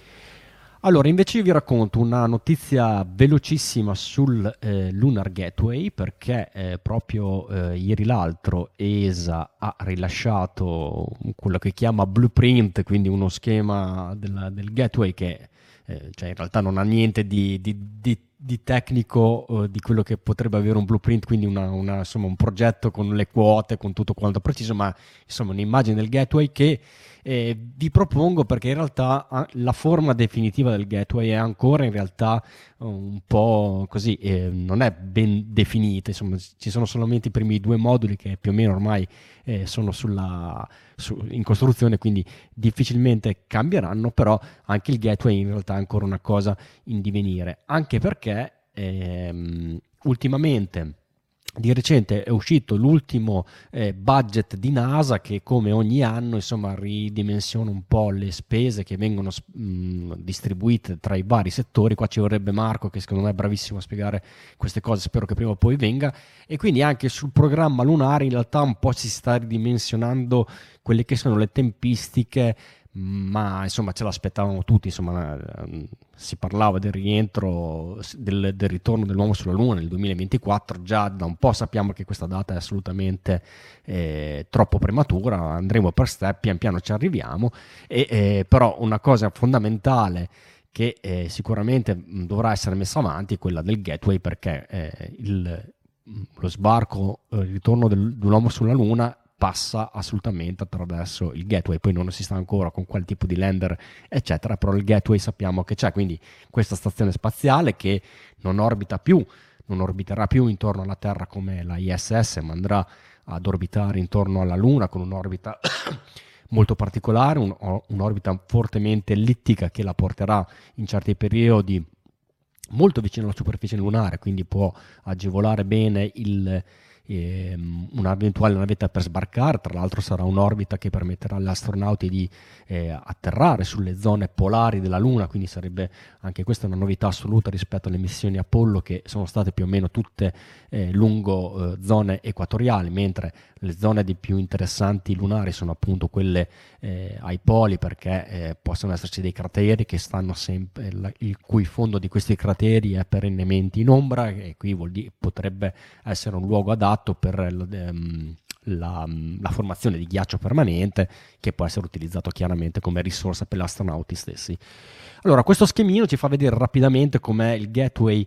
Allora, invece io vi racconto una notizia velocissima sul eh, Lunar Gateway, perché eh, proprio eh, ieri l'altro E S A ha rilasciato quello che chiama blueprint, quindi uno schema della, del gateway che eh, cioè in realtà non ha niente di, di, di, di tecnico eh, di quello che potrebbe avere un blueprint, quindi una, una, insomma, un progetto con le quote, con tutto quanto preciso, ma insomma un'immagine del gateway che Eh, vi propongo, perché in realtà ah, la forma definitiva del gateway è ancora in realtà un po' così, eh, non è ben definita, insomma ci sono solamente i primi due moduli che più o meno ormai eh, sono sulla, su, in costruzione, quindi difficilmente cambieranno, però anche il gateway in realtà è ancora una cosa in divenire, anche perché ehm, ultimamente di recente è uscito l'ultimo eh, budget di NASA, che come ogni anno insomma ridimensiona un po' le spese che vengono mh, distribuite tra i vari settori. Qua ci vorrebbe Marco, che secondo me è bravissimo a spiegare queste cose, spero che prima o poi venga. E quindi anche sul programma lunare in realtà un po' si sta ridimensionando quelle che sono le tempistiche, ma insomma ce l'aspettavamo tutti, insomma si parlava del rientro, del, del ritorno dell'uomo sulla Luna nel duemilaventiquattro, già da un po' sappiamo che questa data è assolutamente eh, troppo prematura, andremo per step, pian piano ci arriviamo, e, eh, però una cosa fondamentale che eh, sicuramente dovrà essere messa avanti è quella del gateway, perché eh, il, lo sbarco, eh, il ritorno del, dell'uomo sulla Luna passa assolutamente attraverso il gateway. Poi non si sa ancora con qual tipo di lander eccetera, però il gateway sappiamo che c'è, quindi questa stazione spaziale che non orbita più, non orbiterà più intorno alla Terra come la I S S, ma andrà ad orbitare intorno alla Luna con un'orbita molto particolare, un, un'orbita fortemente ellittica che la porterà in certi periodi molto vicino alla superficie lunare, quindi può agevolare bene il un'eventuale navetta per sbarcare. Tra l'altro sarà un'orbita che permetterà agli astronauti di eh, atterrare sulle zone polari della Luna, quindi sarebbe anche questa una novità assoluta rispetto alle missioni Apollo, che sono state più o meno tutte eh, lungo eh, zone equatoriali, mentre le zone di più interessanti lunari sono appunto quelle eh, ai poli, perché eh, possono esserci dei crateri che stanno sempre, la, il cui fondo di questi crateri è perennemente in ombra, e qui vuol dire potrebbe essere un luogo adatto per ehm, la, la formazione di ghiaccio permanente, che può essere utilizzato chiaramente come risorsa per gli astronauti stessi. Allora, questo schemino ci fa vedere rapidamente com'è il gateway,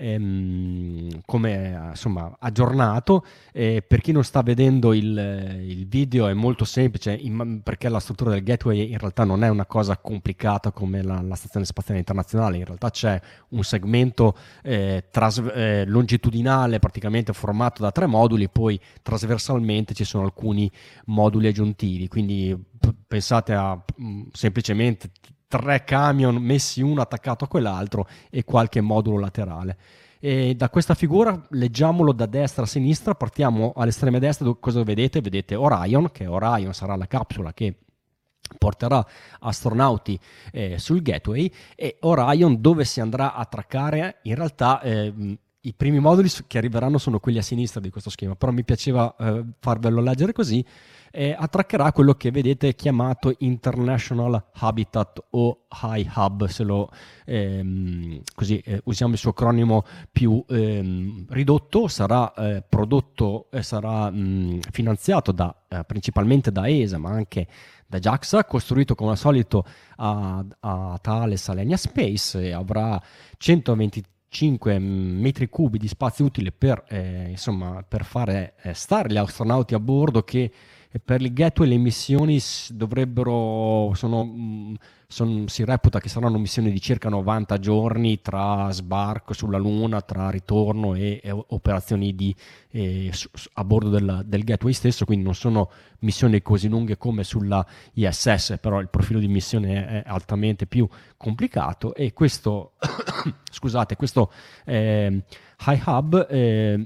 ehm, come insomma aggiornato. Eh, per chi non sta vedendo il, il video, è molto semplice, in, perché la struttura del gateway in realtà non è una cosa complicata come la, la stazione spaziale internazionale. In realtà c'è un segmento eh, tras, eh, longitudinale praticamente formato da tre moduli, poi trasversalmente ci sono alcuni moduli aggiuntivi, quindi p- pensate a mh, semplicemente tre camion messi uno attaccato a quell'altro e qualche modulo laterale. E da questa figura leggiamolo da destra a sinistra, partiamo all'estrema destra. Cosa vedete? Vedete Orion, che Orion sarà la capsula che porterà astronauti eh, sul gateway, e Orion dove si andrà a attraccare. In realtà eh, i primi moduli che arriveranno sono quelli a sinistra di questo schema, però mi piaceva eh, farvelo leggere così. Eh, attraccherà quello che vedete chiamato International Habitat o Hi Hub, se lo ehm, così eh, usiamo il suo acronimo più ehm, ridotto. Sarà eh, prodotto e sarà mh, finanziato da, eh, principalmente da E S A, ma anche da JAXA, costruito come al solito a, a Thales Alenia Space, e avrà centoventicinque metri cubi di spazio utile per, eh, insomma, per fare eh, stare gli astronauti a bordo, che e per il gateway le missioni dovrebbero, sono, son, si reputa che saranno missioni di circa novanta giorni tra sbarco sulla Luna, tra ritorno e, e operazioni di, eh, su, a bordo del, del gateway stesso, quindi non sono missioni così lunghe come sulla I S S, però il profilo di missione è, è altamente più complicato. E questo, scusate, questo eh, High Hub eh,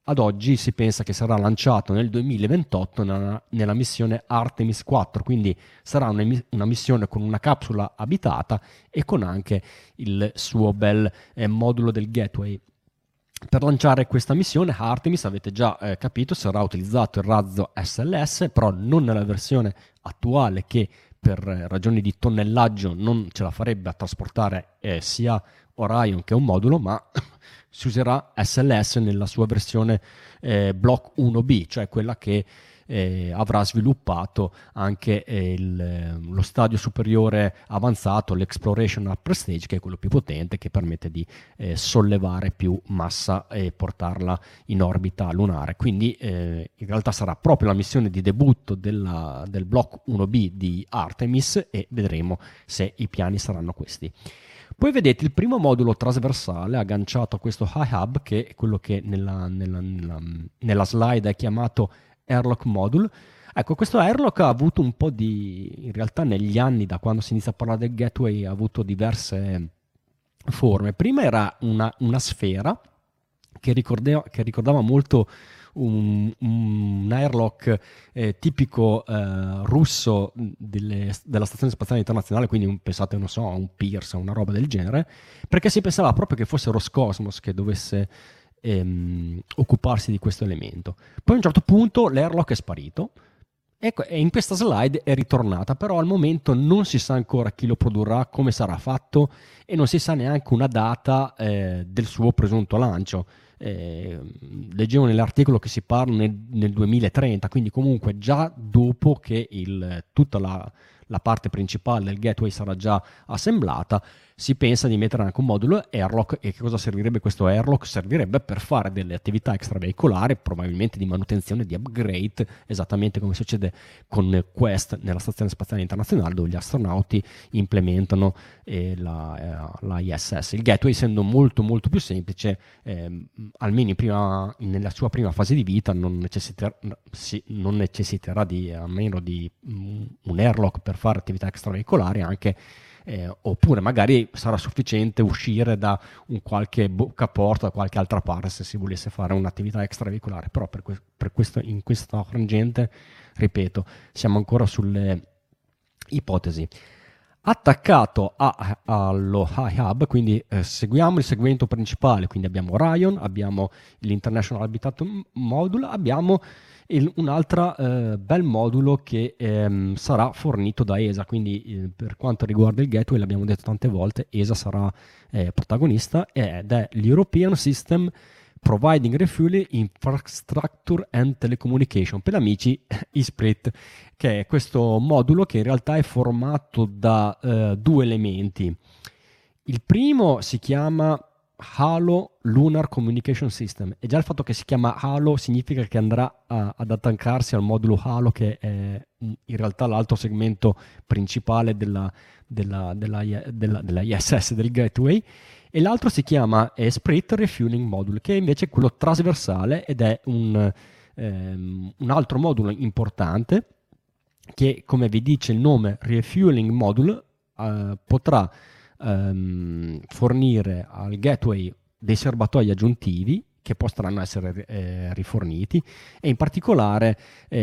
ad oggi si pensa che sarà lanciato nel duemilaventotto nella, nella missione Artemis quattro, quindi sarà una, una missione con una capsula abitata e con anche il suo bel eh, modulo del gateway. Per lanciare questa missione Artemis, avete già eh, capito, sarà utilizzato il razzo S L S, però non nella versione attuale che per ragioni di tonnellaggio non ce la farebbe a trasportare eh, sia Orion che un modulo, ma si userà S L S nella sua versione eh, Block uno B, cioè quella che eh, avrà sviluppato anche eh, il, lo stadio superiore avanzato, l'Exploration Upper Stage, che è quello più potente, che permette di eh, sollevare più massa e portarla in orbita lunare. Quindi eh, in realtà sarà proprio la missione di debutto della, del Block uno B di Artemis, e vedremo se i piani saranno questi. Poi vedete il primo modulo trasversale agganciato a questo High Hub, che è quello che nella, nella, nella, nella slide è chiamato Airlock Module. Ecco, questo Airlock ha avuto un po' di, in realtà negli anni, da quando si inizia a parlare del gateway, ha avuto diverse forme. Prima era una, una sfera che ricordava, che ricordava molto un, un airlock eh, tipico eh, russo delle, della Stazione Spaziale Internazionale, quindi un, pensate, non so, a un Pierce, una roba del genere, perché si pensava proprio che fosse Roscosmos che dovesse ehm, occuparsi di questo elemento. Poi a un certo punto l'airlock è sparito e in questa slide è ritornata, però al momento non si sa ancora chi lo produrrà, come sarà fatto, e non si sa neanche una data eh, del suo presunto lancio. Eh, leggevo nell'articolo che si parla nel, nel duemilatrenta, quindi comunque già dopo che il, tutta la, la parte principale del gateway sarà già assemblata. Si pensa di mettere anche un modulo airlock. E che cosa servirebbe questo airlock? Servirebbe per fare delle attività extraveicolari, probabilmente di manutenzione, di upgrade, esattamente come succede con Quest nella Stazione Spaziale Internazionale, dove gli astronauti implementano eh, la, eh, la I S S. Il gateway, essendo molto molto più semplice, eh, almeno in prima, nella sua prima fase di vita, non necessiterà, sì, non necessiterà di almeno di um, un airlock per fare attività extraveicolari anche. Eh, oppure magari sarà sufficiente uscire da un qualche boccaporto, da qualche altra parte, se si volesse fare un'attività extraveicolare. Però per, que- per questo, in questa frangente, ripeto, siamo ancora sulle ipotesi. Attaccato a, allo High Hub, quindi eh, seguiamo il segmento principale, quindi abbiamo Orion, abbiamo l'International Habitat Module, abbiamo il, un altro eh, bel modulo che ehm, sarà fornito da E S A. Quindi eh, per quanto riguarda il gateway, l'abbiamo detto tante volte, E S A sarà eh, protagonista, ed è l'European System Providing Refueling Infrastructure and Telecommunication, per amici I S P R I T, che è questo modulo che in realtà è formato da eh, due elementi. Il primo si chiama Halo Lunar Communication System, e già il fatto che si chiama Halo significa che andrà a, ad attaccarsi al modulo Halo, che è in realtà l'altro segmento principale della, della, della, della, della I S S del gateway. E l'altro si chiama S P R I T Refueling Module, che è invece quello trasversale, ed è un, ehm, un altro modulo importante che, come vi dice il nome, Refueling Module, eh, potrà ehm, fornire al gateway dei serbatoi aggiuntivi che potranno essere eh, riforniti, e in particolare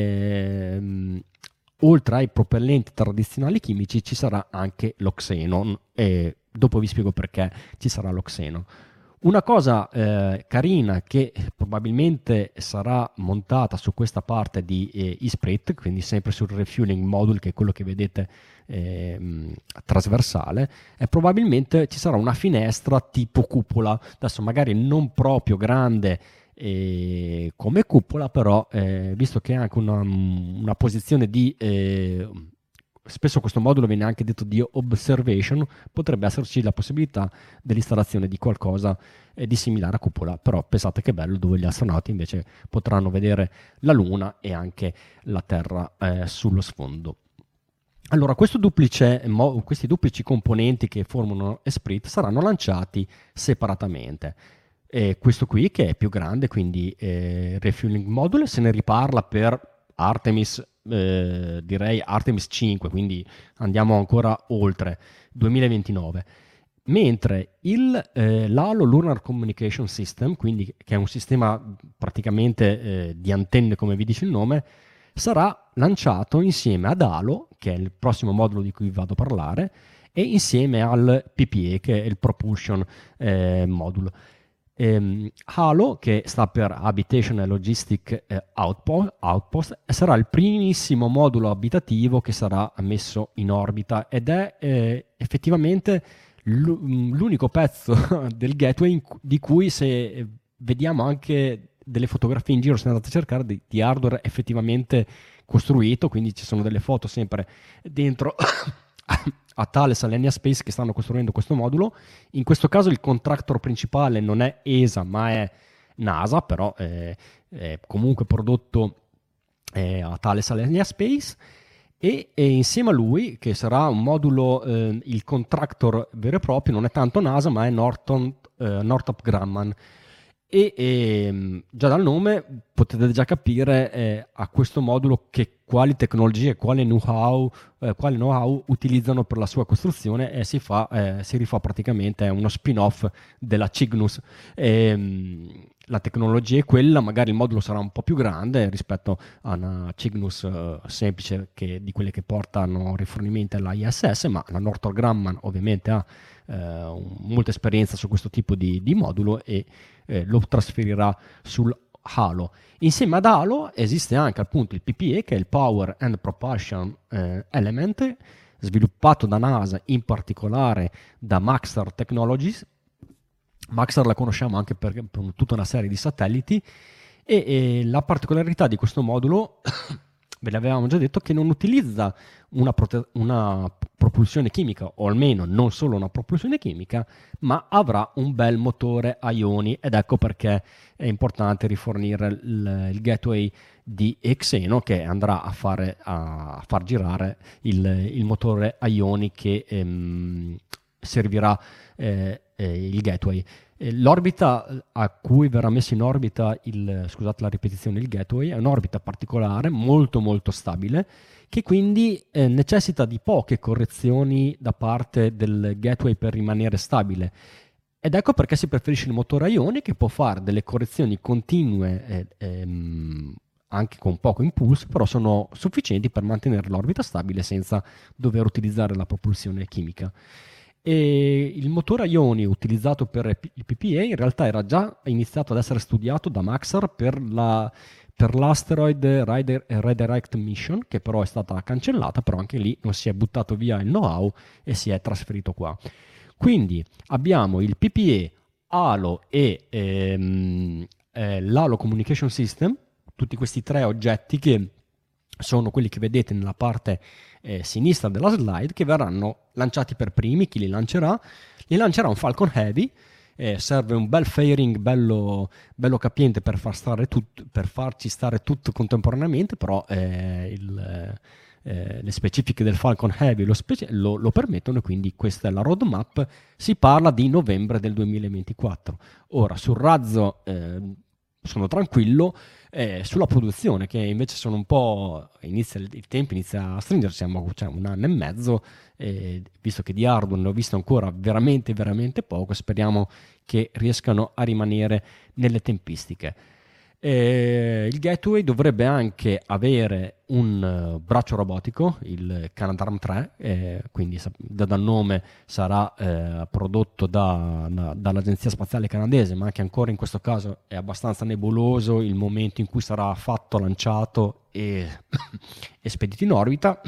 ehm, oltre ai propellenti tradizionali chimici ci sarà anche l'oxeno, e dopo vi spiego perché ci sarà l'oxeno. Una cosa eh, carina che probabilmente sarà montata su questa parte di eh, I S P R I T, quindi sempre sul Refueling Module, che è quello che vedete eh, trasversale, è probabilmente ci sarà una finestra tipo cupola. Adesso magari non proprio grande eh, come cupola, però eh, visto che è anche una, una posizione di... Eh, spesso questo modulo viene anche detto di observation, potrebbe esserci la possibilità dell'installazione di qualcosa eh, di similare a cupola. Però pensate che bello, dove gli astronauti invece potranno vedere la Luna e anche la Terra eh, sullo sfondo. Allora, questo duplice, mo, questi duplici componenti che formano S P R I T saranno lanciati separatamente. E questo qui, che è più grande, quindi eh, Refueling Module, se ne riparla per Artemis, eh, direi Artemis cinque, quindi andiamo ancora oltre, duemilaventinove. mentre il, eh, l'Halo Lunar Communication System, quindi che è un sistema praticamente eh, di antenne, come vi dice il nome, sarà lanciato insieme ad Halo, che è il prossimo modulo di cui vado a parlare, e insieme al P P A, che è il Propulsion eh, Modulo. Ehm, Halo, che sta per Habitation and Logistic eh, Outpost, Outpost, sarà il primissimo modulo abitativo che sarà messo in orbita ed è eh, effettivamente l'unico pezzo del gateway in cu- di cui, se vediamo anche delle fotografie in giro, se andate a cercare, di, di hardware effettivamente costruito, quindi ci sono delle foto sempre dentro a Thales, all'Enia Space, che stanno costruendo questo modulo. In questo caso il contractor principale non è E S A ma è NASA, però è, è comunque prodotto eh, a Thales, all'Enia Space, e, e insieme a lui, che sarà un modulo, eh, il contractor vero e proprio non è tanto NASA ma è Norton, eh, Northrop Grumman. E, e già dal nome potete già capire eh, a questo modulo che quali tecnologie, quale know-how, eh, quale know-how utilizzano per la sua costruzione, e si, fa, eh, si rifà praticamente a uno spin-off della Cygnus. E, mh, la tecnologia è quella, magari il modulo sarà un po' più grande rispetto a una Cygnus eh, semplice, che, di quelle che portano rifornimenti alla I S S, ma la Northrop Grumman ovviamente ha eh, molta esperienza su questo tipo di, di modulo e eh, lo trasferirà sul Halo. Insieme ad Halo esiste anche appunto il P P A, che è il Power and Propulsion eh, Element, sviluppato da NASA, in particolare da Maxar Technologies. Maxar la conosciamo anche per, per tutta una serie di satelliti, e, e la particolarità di questo modulo ve l'avevamo già detto, che non utilizza una, prote- una propulsione chimica, o almeno non solo una propulsione chimica, ma avrà un bel motore a ioni, ed ecco perché è importante rifornire il, il gateway di Xeno, che andrà a, fare, a far girare il, il motore a ioni che ehm, servirà eh, eh, il gateway. L'orbita a cui verrà messo in orbita il, scusate la ripetizione, il gateway, è un'orbita particolare, molto molto stabile, che quindi eh, necessita di poche correzioni da parte del gateway per rimanere stabile. Ed ecco perché si preferisce il motore a ioni, che può fare delle correzioni continue eh, ehm, anche con poco impulso, però sono sufficienti per mantenere l'orbita stabile senza dover utilizzare la propulsione chimica. E il motore a ioni utilizzato per il P P A in realtà era già iniziato ad essere studiato da Maxar per, la, per l'Asteroid Redirect Mission, che però è stata cancellata, però anche lì non si è buttato via il know-how e si è trasferito qua. Quindi abbiamo il P P A, Halo e ehm, eh, l'Halo Communication System, tutti questi tre oggetti che sono quelli che vedete nella parte eh, sinistra della slide, che verranno lanciati per primi. Chi li lancerà? Li lancerà un Falcon Heavy. Eh, serve un bel fairing bello, bello capiente per, far stare tut, per farci stare tutto contemporaneamente, però eh, il, eh, le specifiche del Falcon Heavy lo, speci- lo, lo permettono, e quindi questa è la roadmap. Si parla di novembre del duemilaventiquattro. Ora, sul razzo eh, sono tranquillo, eh, sulla produzione, che invece sono un po', inizia il, il tempo inizia a stringersi, siamo cioè, un anno e mezzo, eh, visto che di hardware ne ho visto ancora veramente veramente poco, speriamo che riescano a rimanere nelle tempistiche. Eh, il gateway dovrebbe anche avere un uh, braccio robotico, il Canadarm tre, eh, quindi da, dal nome sarà eh, prodotto da, da, dall'Agenzia Spaziale Canadese, ma anche ancora in questo caso è abbastanza nebuloso il momento in cui sarà fatto, lanciato e, e spedito in orbita.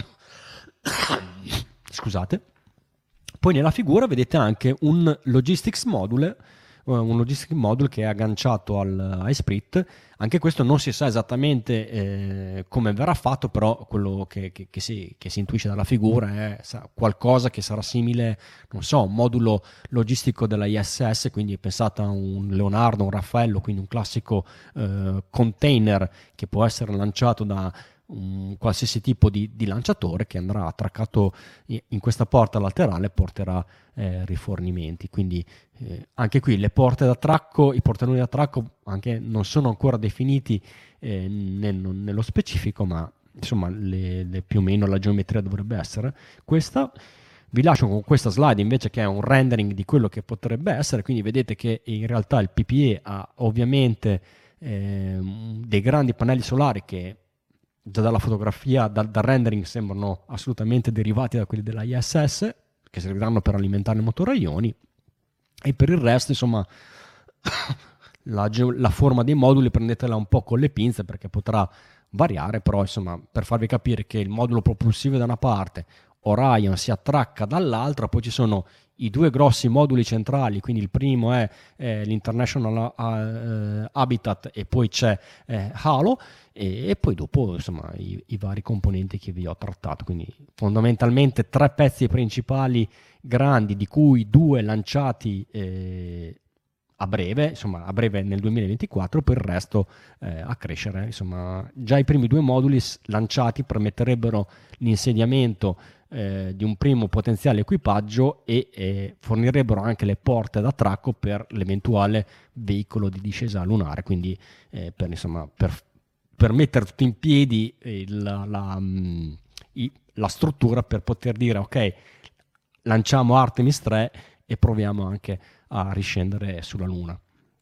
Scusate. Poi nella figura vedete anche un logistics module, un logistic module che è agganciato al iSprit. Anche questo non si sa esattamente eh, come verrà fatto, però quello che, che, che, si, che si intuisce dalla figura è sa, qualcosa che sarà simile, non so, un modulo logistico della I S S, quindi pensate a un Leonardo, un Raffaello, quindi un classico eh, container che può essere lanciato da un qualsiasi tipo di, di lanciatore, che andrà attraccato in questa porta laterale e porterà eh, rifornimenti. Quindi eh, anche qui le porte d'attracco, i portelloni d'attracco anche non sono ancora definiti eh, nel, nello specifico, ma insomma le, le più o meno la geometria dovrebbe essere questa. Vi lascio con questa slide invece che è un rendering di quello che potrebbe essere, quindi vedete che in realtà il P P E ha ovviamente eh, dei grandi pannelli solari che già dalla fotografia, dal, dal rendering sembrano assolutamente derivati da quelli della I S S, che serviranno per alimentare il motore a ioni, e per il resto insomma la, la forma dei moduli prendetela un po' con le pinze perché potrà variare, però insomma per farvi capire che il modulo propulsivo è da una parte, Orion si attracca dall'altra, poi ci sono i due grossi moduli centrali, quindi il primo è eh, l'International uh, Habitat e poi c'è eh, Halo e, e poi dopo insomma i, i vari componenti che vi ho trattato, quindi fondamentalmente tre pezzi principali grandi di cui due lanciati eh, a breve, insomma a breve nel duemilaventiquattro, per il resto eh, a crescere. Insomma già i primi due moduli lanciati permetterebbero l'insediamento eh, di un primo potenziale equipaggio e eh, fornirebbero anche le porte d'attracco per l'eventuale veicolo di discesa lunare, quindi eh, per, insomma, per, per mettere tutto in piedi eh, la, la, mh, i, la struttura per poter dire ok, lanciamo Artemis tre e proviamo anche a riscendere sulla Luna.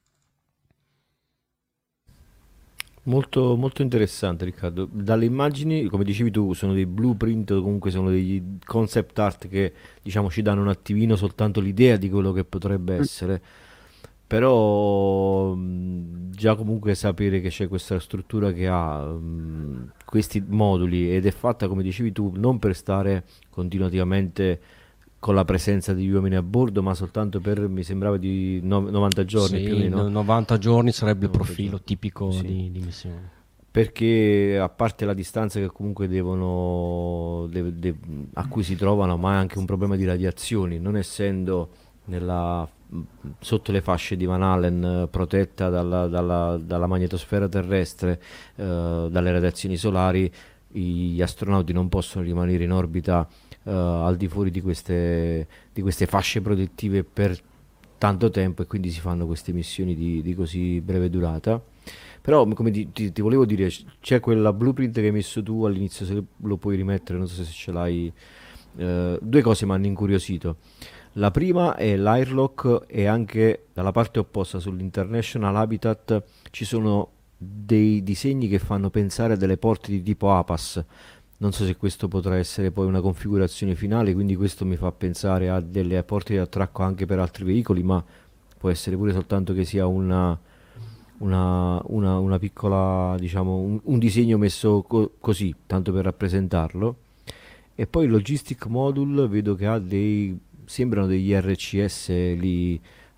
Molto, molto interessante, Riccardo. Dalle immagini, come dicevi tu, sono dei blueprint, o comunque sono dei concept art che diciamo ci danno un attimino soltanto l'idea di quello che potrebbe essere. Però mh, già comunque sapere che c'è questa struttura che ha mh, questi moduli ed è fatta, come dicevi tu, non per stare continuativamente con la presenza di uomini a bordo, ma soltanto per, mi sembrava, di no- novanta giorni sì, più o meno. novanta giorni sarebbe il profilo giorni. tipico Sì. di, di missione. Perché a parte la distanza che comunque devono de- de- a cui si trovano, ma è anche un problema di radiazioni, non essendo nella, sotto le fasce di Van Allen, protetta dalla, dalla, dalla magnetosfera terrestre, eh, dalle radiazioni solari, gli astronauti non possono rimanere in orbita Uh, al di fuori di queste, di queste fasce protettive per tanto tempo, e quindi si fanno queste missioni di, di così breve durata. Però come ti, ti, ti volevo dire, c'è quella blueprint che hai messo tu all'inizio, se lo puoi rimettere, non so se ce l'hai. Uh, due cose mi hanno incuriosito. La prima è l'Airlock, e anche dalla parte opposta sull'International Habitat ci sono dei disegni che fanno pensare a delle porte di tipo A P A S. Non so se questo potrà essere poi una configurazione finale, quindi questo mi fa pensare a delle porte di attracco anche per altri veicoli, ma può essere pure soltanto che sia una, una, una, una piccola, diciamo, un, un disegno messo co- così, tanto per rappresentarlo. E poi il Logistic Module vedo che ha dei, sembrano degli R C S lì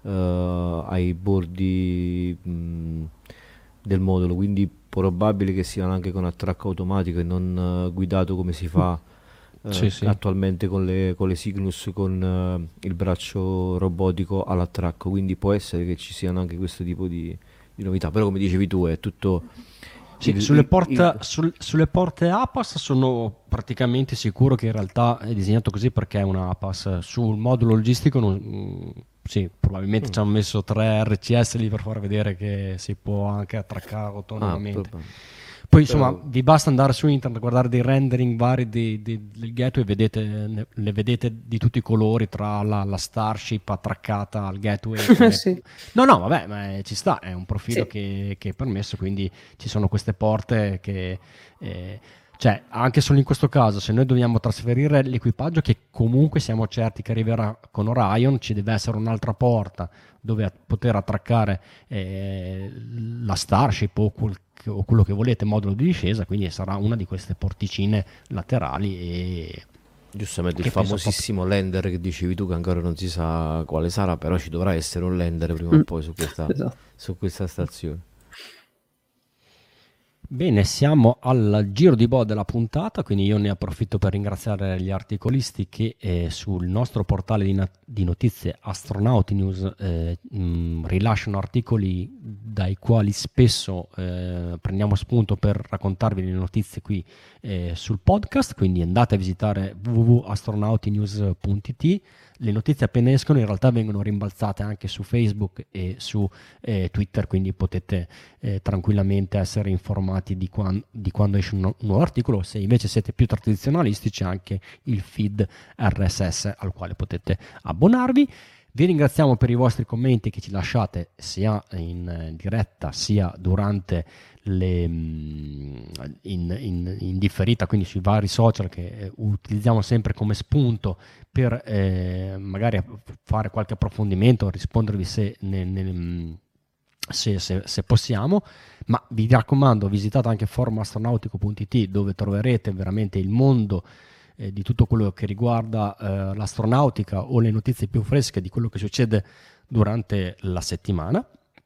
uh, ai bordi mh, del modulo, quindi probabile che siano anche con attracco automatico e non uh, guidato come si fa uh, sì, sì. attualmente con le, con le Cygnus, con uh, il braccio robotico all'attracco, quindi può essere che ci siano anche questo tipo di, di novità, però come dicevi tu è tutto sì, il, sulle, il, porte, il... sul, sulle porte A P A S sono praticamente sicuro che in realtà è disegnato così perché è una A P A S. Sul modulo logistico non, sì, probabilmente mm. ci hanno messo tre R C S lì per far vedere che si può anche attraccare autonomamente. Ah, poi insomma però... vi basta andare su internet, guardare dei rendering vari di, di, del gateway, vedete, ne, le vedete di tutti i colori, tra la, la Starship attraccata al gateway. Sì. No, no, vabbè, ma è, ci sta, è un profilo sì. che, che è permesso, quindi ci sono queste porte che... Eh, cioè, anche solo in questo caso, se noi dobbiamo trasferire l'equipaggio, che comunque siamo certi che arriverà con Orion, ci deve essere un'altra porta dove a poter attraccare eh, la Starship o, quel, o quello che volete, modulo di discesa, quindi sarà una di queste porticine laterali. E giustamente il famosissimo proprio... lander che dicevi tu, che ancora non si sa quale sarà, però ci dovrà essere un lander prima mm. o poi su questa, esatto. su questa stazione. Bene, siamo al giro di boa della puntata, quindi io ne approfitto per ringraziare gli articolisti che eh, sul nostro portale di, na- di notizie Astronauti News eh, mh, rilasciano articoli dai quali spesso eh, prendiamo spunto per raccontarvi le notizie qui eh, sul podcast, quindi andate a visitare w w w punto astronautinews punto i t. Le notizie appena escono in realtà vengono rimbalzate anche su Facebook e su eh, Twitter, quindi potete eh, tranquillamente essere informati aggiornati di, quan- di quando esce un, nu- un nuovo articolo. Se invece siete più tradizionalisti, c'è anche il feed R S S al quale potete abbonarvi. Vi ringraziamo per i vostri commenti che ci lasciate sia in diretta sia durante le in, in, in differita, quindi sui vari social che eh, utilizziamo sempre come spunto per eh, magari fare qualche approfondimento, rispondervi se, ne, ne, se, se, se possiamo. Ma vi raccomando, visitate anche forum astronautico punto it, dove troverete veramente il mondo di tutto quello che riguarda eh, l'astronautica o le notizie più fresche di quello che succede durante la settimana.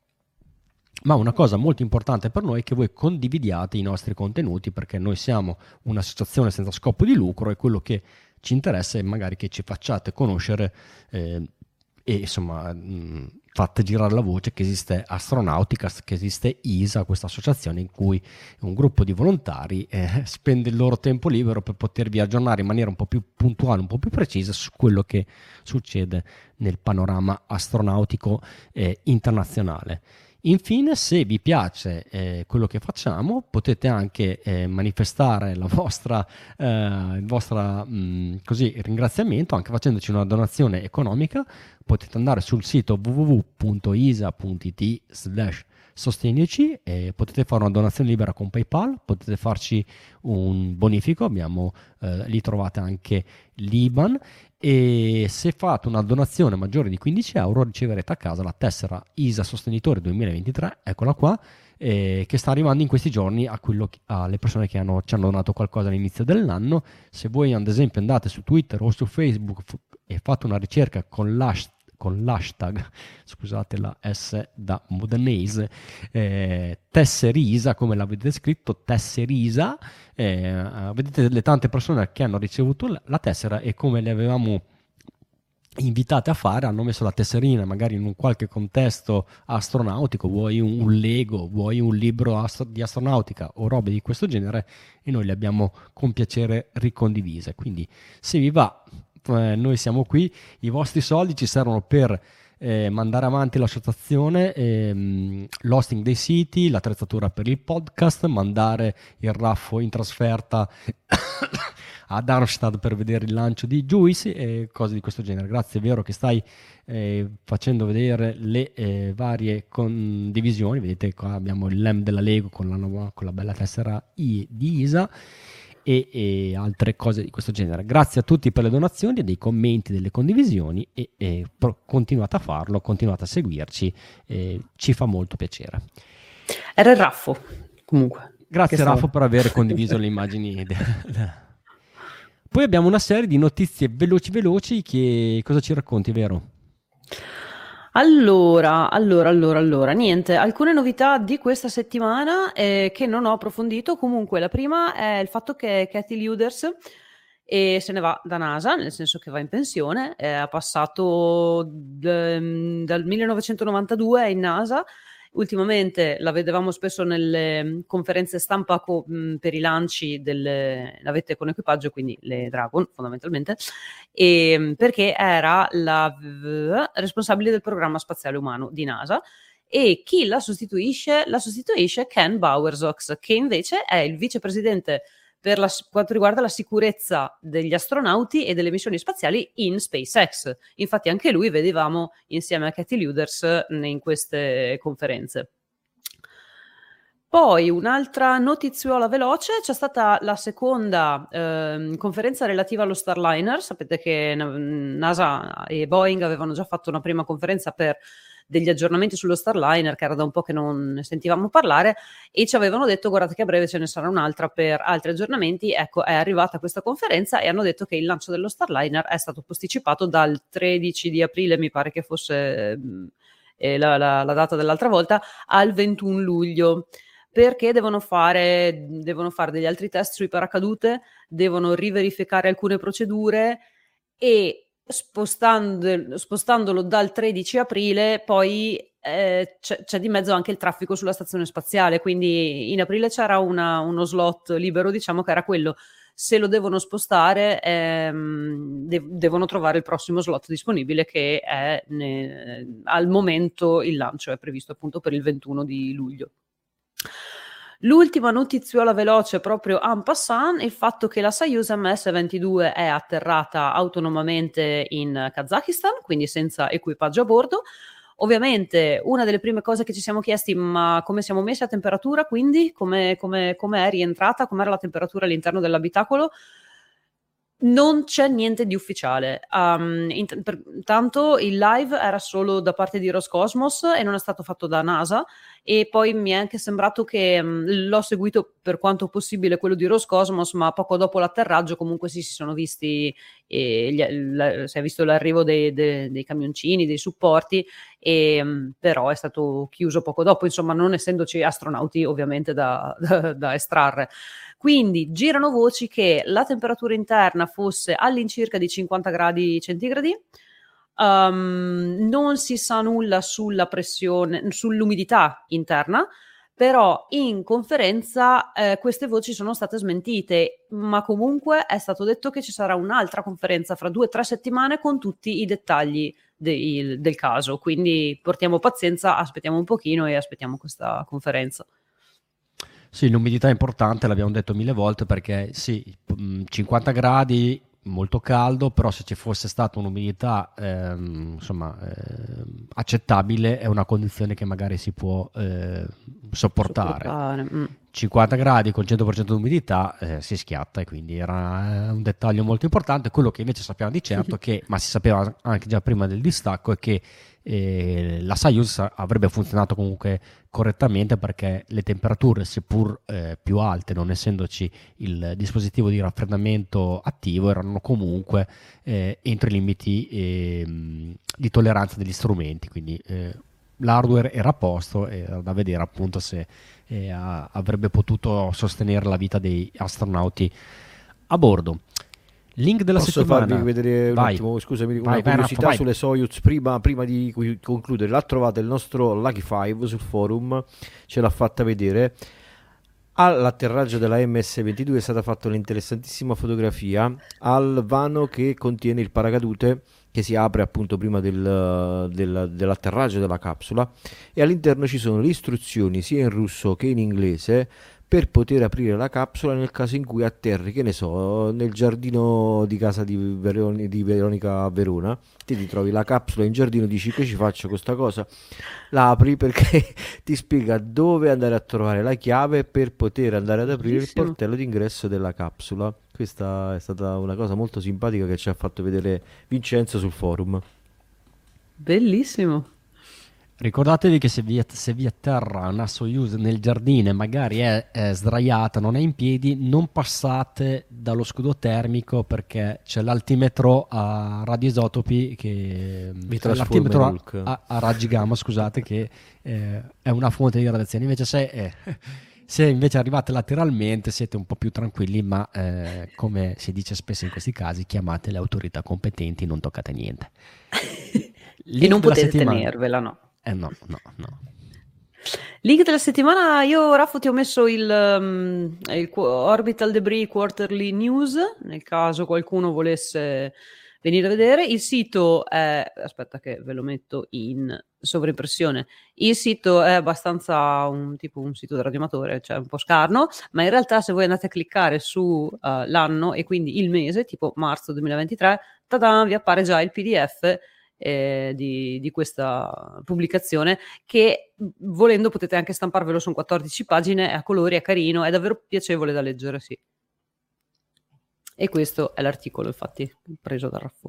Ma una cosa molto importante per noi è che voi condividiate i nostri contenuti, perché noi siamo un'associazione senza scopo di lucro e quello che ci interessa è magari che ci facciate conoscere eh, e insomma mh, fate girare la voce che esiste Astronauticast, che esiste I S A, questa associazione in cui un gruppo di volontari eh, spende il loro tempo libero per potervi aggiornare in maniera un po' più puntuale, un po' più precisa su quello che succede nel panorama astronautico eh, internazionale. Infine, se vi piace eh, quello che facciamo, potete anche eh, manifestare la vostra, eh, il vostro mh, così, ringraziamento anche facendoci una donazione economica. Potete andare sul sito w w w punto i s a punto i t slash sostenici e potete fare una donazione libera con PayPal, potete farci un bonifico, abbiamo, eh, lì trovate anche l'I B A N, e se fate una donazione maggiore di quindici euro riceverete a casa la tessera I S A Sostenitore duemilaventitré, eccola qua, eh, che sta arrivando in questi giorni a quello, alle persone che hanno, ci hanno donato qualcosa all'inizio dell'anno. Se voi ad esempio andate su Twitter o su Facebook f- e fate una ricerca con l'hashtag con l'hashtag, scusate la S da modenese, eh, Tesserisa, come l'avete scritto, Tesserisa, eh, vedete le tante persone che hanno ricevuto la, la tessera e come le avevamo invitate a fare, hanno messo la tesserina magari in un qualche contesto astronautico, vuoi un, un Lego, vuoi un libro astro- di astronautica o robe di questo genere, e noi le abbiamo con piacere ricondivise. Quindi se vi va, Eh, noi siamo qui, i vostri soldi ci servono per eh, mandare avanti l'associazione, ehm, l'hosting dei siti, l'attrezzatura per il podcast, mandare il raffo in trasferta a Darmstadt per vedere il lancio di Juice e cose di questo genere. Grazie, è vero che stai eh, facendo vedere le eh, varie condivisioni, vedete qua abbiamo il lem della Lego con la, nuova, con la bella tessera I di I S A E, e altre cose di questo genere. Grazie a tutti per le donazioni, dei commenti, delle condivisioni e, e pro- continuate a farlo, continuate a seguirci, eh, ci fa molto piacere. Era il Raffo, comunque. Grazie Raffo per aver condiviso le immagini. Poi abbiamo una serie di notizie veloci veloci. Che cosa ci racconti, vero? Allora, allora, allora, allora, niente, alcune novità di questa settimana eh, che non ho approfondito. Comunque la prima è il fatto che Katie Lueders eh, se ne va da NASA, nel senso che va in pensione, eh, ha passato d- dal millenovecentonovantadue in NASA. Ultimamente la vedevamo spesso nelle conferenze stampa co- mh, per i lanci delle navette con equipaggio, quindi le Dragon fondamentalmente, e, perché era la v- responsabile del programma spaziale umano di NASA. E chi la sostituisce? La sostituisce Ken Bowersox, che invece è il vicepresidente per la, quanto riguarda la sicurezza degli astronauti e delle missioni spaziali in SpaceX. Infatti anche lui vedevamo insieme a Katie Lueders in queste conferenze. Poi un'altra notiziola veloce, c'è stata la seconda eh, conferenza relativa allo Starliner. Sapete che NASA e Boeing avevano già fatto una prima conferenza per degli aggiornamenti sullo Starliner, che era da un po' che non ne sentivamo parlare, e ci avevano detto guardate che a breve ce ne sarà un'altra per altri aggiornamenti. Ecco, è arrivata questa conferenza e hanno detto che il lancio dello Starliner è stato posticipato dal tredici di aprile, mi pare che fosse eh, la, la, la data dell'altra volta, al ventuno luglio, perché devono fare, devono fare degli altri test sui paracadute, devono riverificare alcune procedure e Spostando, spostandolo dal tredici aprile poi eh, c'è, c'è di mezzo anche il traffico sulla stazione spaziale, quindi in aprile c'era una, uno slot libero, diciamo, che era quello. Se lo devono spostare ehm, de- devono trovare il prossimo slot disponibile, che è ne- al momento il lancio è previsto appunto per il ventuno di luglio. L'ultima notiziola veloce proprio en passant, il fatto che la Soyuz M S ventidue è atterrata autonomamente in Kazakistan, quindi senza equipaggio a bordo. Ovviamente una delle prime cose che ci siamo chiesti, ma come siamo messi a temperatura, quindi come, come, come è rientrata, com'era la temperatura all'interno dell'abitacolo? Non c'è niente di ufficiale. Um, int- per, tanto il live era solo da parte di Roscosmos e non è stato fatto da NASA, e poi mi è anche sembrato che um, l'ho seguito per quanto possibile quello di Roscosmos, ma poco dopo l'atterraggio comunque sì, si sono visti, e gli, la, si è visto l'arrivo dei, dei, dei camioncini, dei supporti, e, um, però è stato chiuso poco dopo, insomma, non essendoci astronauti ovviamente da, da, da estrarre. Quindi girano voci che la temperatura interna fosse all'incirca di cinquanta gradi centigradi. Um, non si sa nulla sulla pressione, sull'umidità interna, però in conferenza eh, queste voci sono state smentite, ma comunque è stato detto che ci sarà un'altra conferenza fra due o tre settimane con tutti i dettagli de- del caso, quindi portiamo pazienza, aspettiamo un pochino e aspettiamo questa conferenza. Sì, l'umidità è importante, l'abbiamo detto mille volte, perché sì, cinquanta gradi, molto caldo, però se ci fosse stata un'umidità ehm, insomma ehm, accettabile, è una condizione che magari si può eh, sopportare. sopportare. Mm. cinquanta gradi con cento per cento di umidità eh, si schiatta, e quindi era un dettaglio molto importante. Quello che invece sappiamo di certo, che, ma si sapeva anche già prima del distacco, è che eh, la Soyuz avrebbe funzionato comunque correttamente, perché le temperature, seppur eh, più alte, non essendoci il dispositivo di raffreddamento attivo, erano comunque eh, entro i limiti eh, di tolleranza degli strumenti, quindi eh, l'hardware era a posto, e era da vedere appunto se eh, a, avrebbe potuto sostenere la vita dei astronauti a bordo. Link della Posso settimana. farvi vedere un Vai. attimo, scusami, una Vai, vai, curiosità Raffo, vai. sulle Soyuz prima, prima di cui- concludere. L'ha trovata il nostro Lucky Five sul forum, ce l'ha fatta vedere. All'atterraggio della M S ventidue è stata fatta un'interessantissima fotografia al vano che contiene il paracadute, che si apre appunto prima del, del- dell'atterraggio della capsula, e all'interno ci sono le istruzioni sia in russo che in inglese per poter aprire la capsula nel caso in cui atterri, che ne so, nel giardino di casa di, Veroni- di Veronica a Verona. Ti ritrovi la capsula in giardino, dici che ci faccio questa cosa, la apri perché ti spiega dove andare a trovare la chiave per poter andare ad aprire Bellissimo. il portello d'ingresso della capsula. Questa è stata una cosa molto simpatica che ci ha fatto vedere Vincenzo sul forum. Bellissimo. Ricordatevi che se vi, se vi atterra una Soyuz nel giardino e magari è, è sdraiata, non è in piedi, non passate dallo scudo termico, perché c'è l'altimetro a radioisotopi, che Vi cioè trasforma l'altimetro in a, Hulk. a- a raggi gamma, scusate, che eh, è una fonte di radiazione. Invece se, eh, se invece arrivate lateralmente siete un po' più tranquilli, ma eh, come si dice spesso in questi casi, chiamate le autorità competenti, non toccate niente. E Link non della potete settimana. tenervela, no. Eh no, no, no. Link della settimana, io Raffo ti ho messo il, um, il Qu- Orbital Debris Quarterly News, nel caso qualcuno volesse venire a vedere. Il sito è, aspetta che ve lo metto in sovraimpressione, il sito è abbastanza un tipo un sito da radioamatore, cioè un po' scarno, ma in realtà se voi andate a cliccare su uh, l'anno e quindi il mese, tipo marzo duemilaventitré, tada, vi appare già il P D F eh, di, di questa pubblicazione, che volendo potete anche stamparvelo, sono quattordici pagine, è a colori, è carino, è davvero piacevole da leggere, sì. E questo è l'articolo, infatti, preso dal Raffo.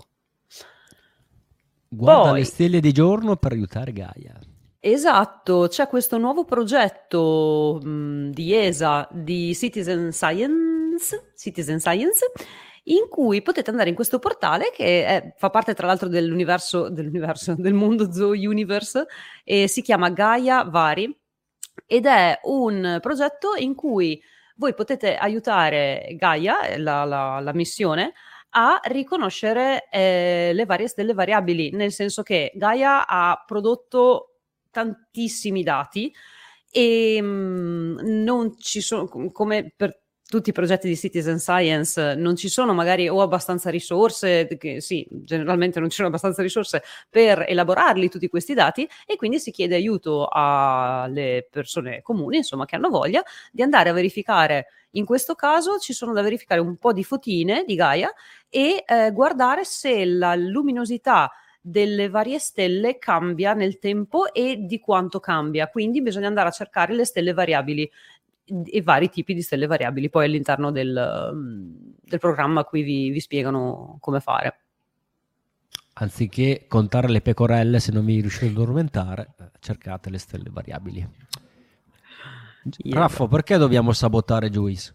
Guarda Poi, le stelle di giorno per aiutare Gaia. esatto, c'è questo nuovo progetto mh, di E S A, di Citizen Science, Citizen Science, in cui potete andare in questo portale che è- fa parte tra l'altro dell'universo, dell'universo, del mondo Zoo Universe, e si chiama Gaia Vari, ed è un progetto in cui voi potete aiutare Gaia, eh, la, la- la missione, a riconoscere eh, le varie stelle variabili, nel senso che Gaia ha prodotto tantissimi dati e mh, non ci sono, com- come per tutti i progetti di citizen science non ci sono magari o abbastanza risorse, che sì, generalmente non ci sono abbastanza risorse per elaborarli tutti questi dati, e quindi si chiede aiuto alle persone comuni, insomma, che hanno voglia di andare a verificare. In questo caso ci sono da verificare un po' di fotine di Gaia e eh, guardare se la luminosità delle varie stelle cambia nel tempo e di quanto cambia. Quindi bisogna andare a cercare le stelle variabili e vari tipi di stelle variabili poi all'interno del, del programma a cui vi, vi spiegano come fare. Anziché contare le pecorelle, se non vi riuscite ad addormentare, cercate le stelle variabili. Yeah. Raffo, perché dobbiamo sabotare Juice?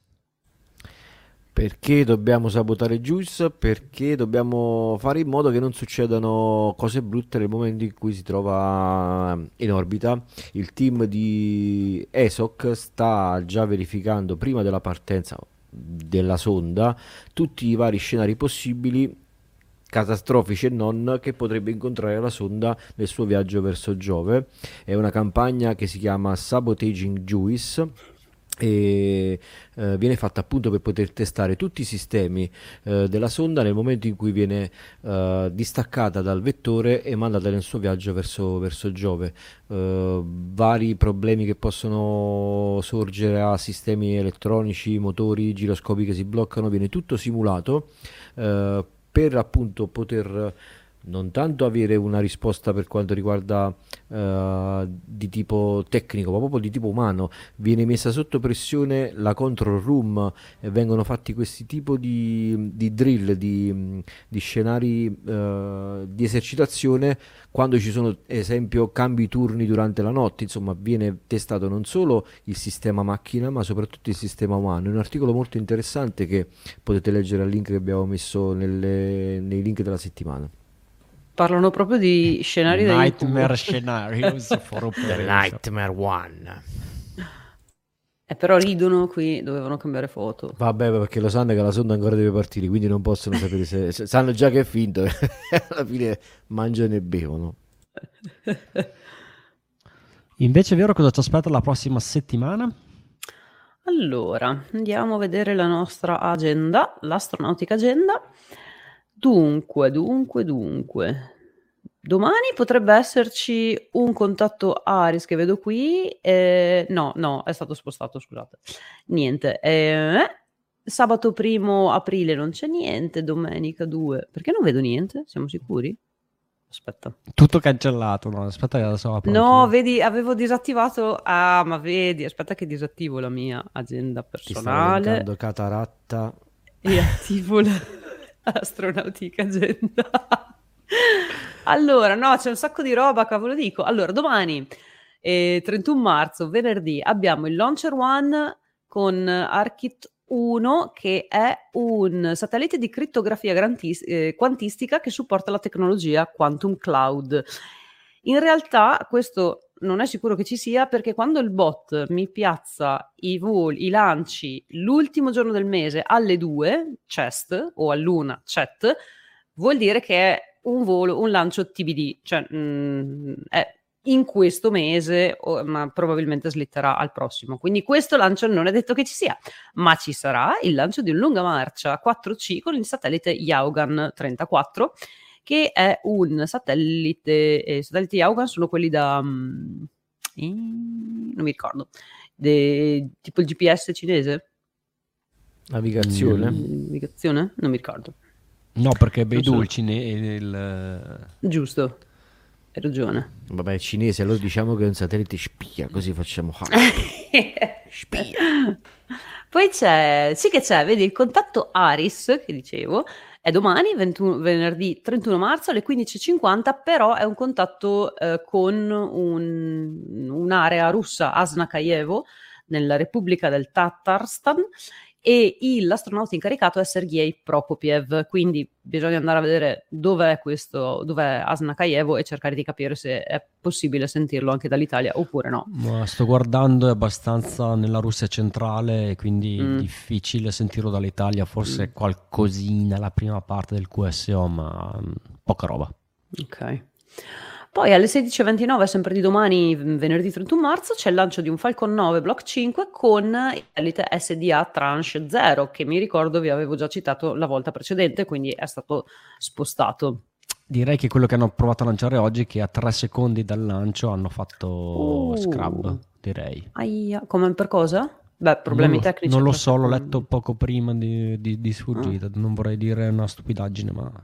Perché dobbiamo sabotare Juice? Perché dobbiamo fare in modo che non succedano cose brutte nel momento in cui si trova in orbita. Il team di E S O C sta già verificando prima della partenza della sonda tutti i vari scenari possibili, catastrofici e non, che potrebbe incontrare la sonda nel suo viaggio verso Giove. È una campagna che si chiama Sabotaging Juice e eh, viene fatta appunto per poter testare tutti i sistemi eh, della sonda nel momento in cui viene eh, distaccata dal vettore e mandata nel suo viaggio verso, verso Giove. Eh, vari problemi che possono sorgere a sistemi elettronici, motori, giroscopi che si bloccano, viene tutto simulato eh, per appunto poter non tanto avere una risposta per quanto riguarda uh, di tipo tecnico, ma proprio di tipo umano. Viene messa sotto pressione la control room e vengono fatti questi tipi di, di drill, di, di scenari uh, di esercitazione quando ci sono, esempio, cambi turni durante la notte. Insomma, viene testato non solo il sistema macchina, ma soprattutto il sistema umano. È un articolo molto interessante che potete leggere al link che abbiamo messo nelle, nei link della settimana. Parlano proprio di scenari da Nightmare scenarios for The Nightmare One. Eh, però ridono qui, dovevano cambiare foto. Vabbè, perché lo sanno che la sonda ancora deve partire, quindi non possono sapere se, se sanno già che è finto. Alla fine mangiano e bevono. Invece, vero, cosa ci aspetta la prossima settimana? Allora, andiamo a vedere la nostra agenda, l'astronautica agenda. Dunque, dunque, dunque, domani potrebbe esserci un contatto Aris che vedo qui, eh, no, no, è stato spostato, scusate, niente, eh, sabato primo aprile non c'è niente, domenica due, perché non vedo niente, siamo sicuri? Aspetta. Tutto cancellato, no, aspetta che adesso apro. No, vedi, avevo disattivato, ah, ma vedi, aspetta che disattivo la mia agenda personale. Ti sta elencando cataratta. E attivo la... astronautica agenda. Allora, no, c'è un sacco di roba, cavolo dico. Allora, domani, eh, trentuno marzo, venerdì, abbiamo il Launcher One con ARKit uno, che è un satellite di crittografia grantis- eh, quantistica che supporta la tecnologia Quantum Cloud. In realtà questo non è sicuro che ci sia, perché quando il bot mi piazza i voli, i lanci l'ultimo giorno del mese alle due, chest, o all'una, chat, vuol dire che è un volo, un lancio T B D, cioè mh, è in questo mese, o, ma probabilmente slitterà al prossimo. Quindi questo lancio non è detto che ci sia, ma ci sarà il lancio di un lunga marcia quattro C con il satellite Yaogan trentaquattro, che è un satellite, eh, satelliti Yaogan sono quelli da, um, eh, non mi ricordo, de, tipo il G P S cinese? Navigazione? Mm, navigazione? Non mi ricordo. No, perché Beidou so. il cine... Il... Giusto, hai ragione. Vabbè, è cinese, allora diciamo che è un satellite spia, così facciamo... Spia! Poi c'è, sì che c'è, vedi, il contatto Aris, che dicevo, è domani, ventuno, venerdì trentuno marzo alle quindici e cinquanta, però è un contatto eh, con un, un'area russa, Asnakayevo, nella Repubblica del Tatarstan, e il, l'astronauta incaricato è Sergei Prokopiev, quindi bisogna andare a vedere dov'è questo, dov'è Asnakayevo e cercare di capire se è possibile sentirlo anche dall'Italia oppure no. Ma sto guardando, è abbastanza nella Russia centrale, quindi Mm. difficile sentirlo dall'Italia, forse Mm. qualcosina la prima parte del Q S O, ma mm, poca roba. Ok. Poi alle sedici e ventinove, sempre di domani, venerdì trentuno marzo, c'è il lancio di un Falcon nove Block cinque con il satellite S D A Tranche zero, che mi ricordo vi avevo già citato la volta precedente, quindi è stato spostato. Direi che quello che hanno provato a lanciare oggi, che a tre secondi dal lancio hanno fatto Uh. scrub, direi. Aia, come per cosa? Beh, problemi non lo, tecnici. Non lo a tre so, l'ho secondi. letto poco prima di, di, di sfuggita, Ah. non vorrei dire una stupidaggine, ma...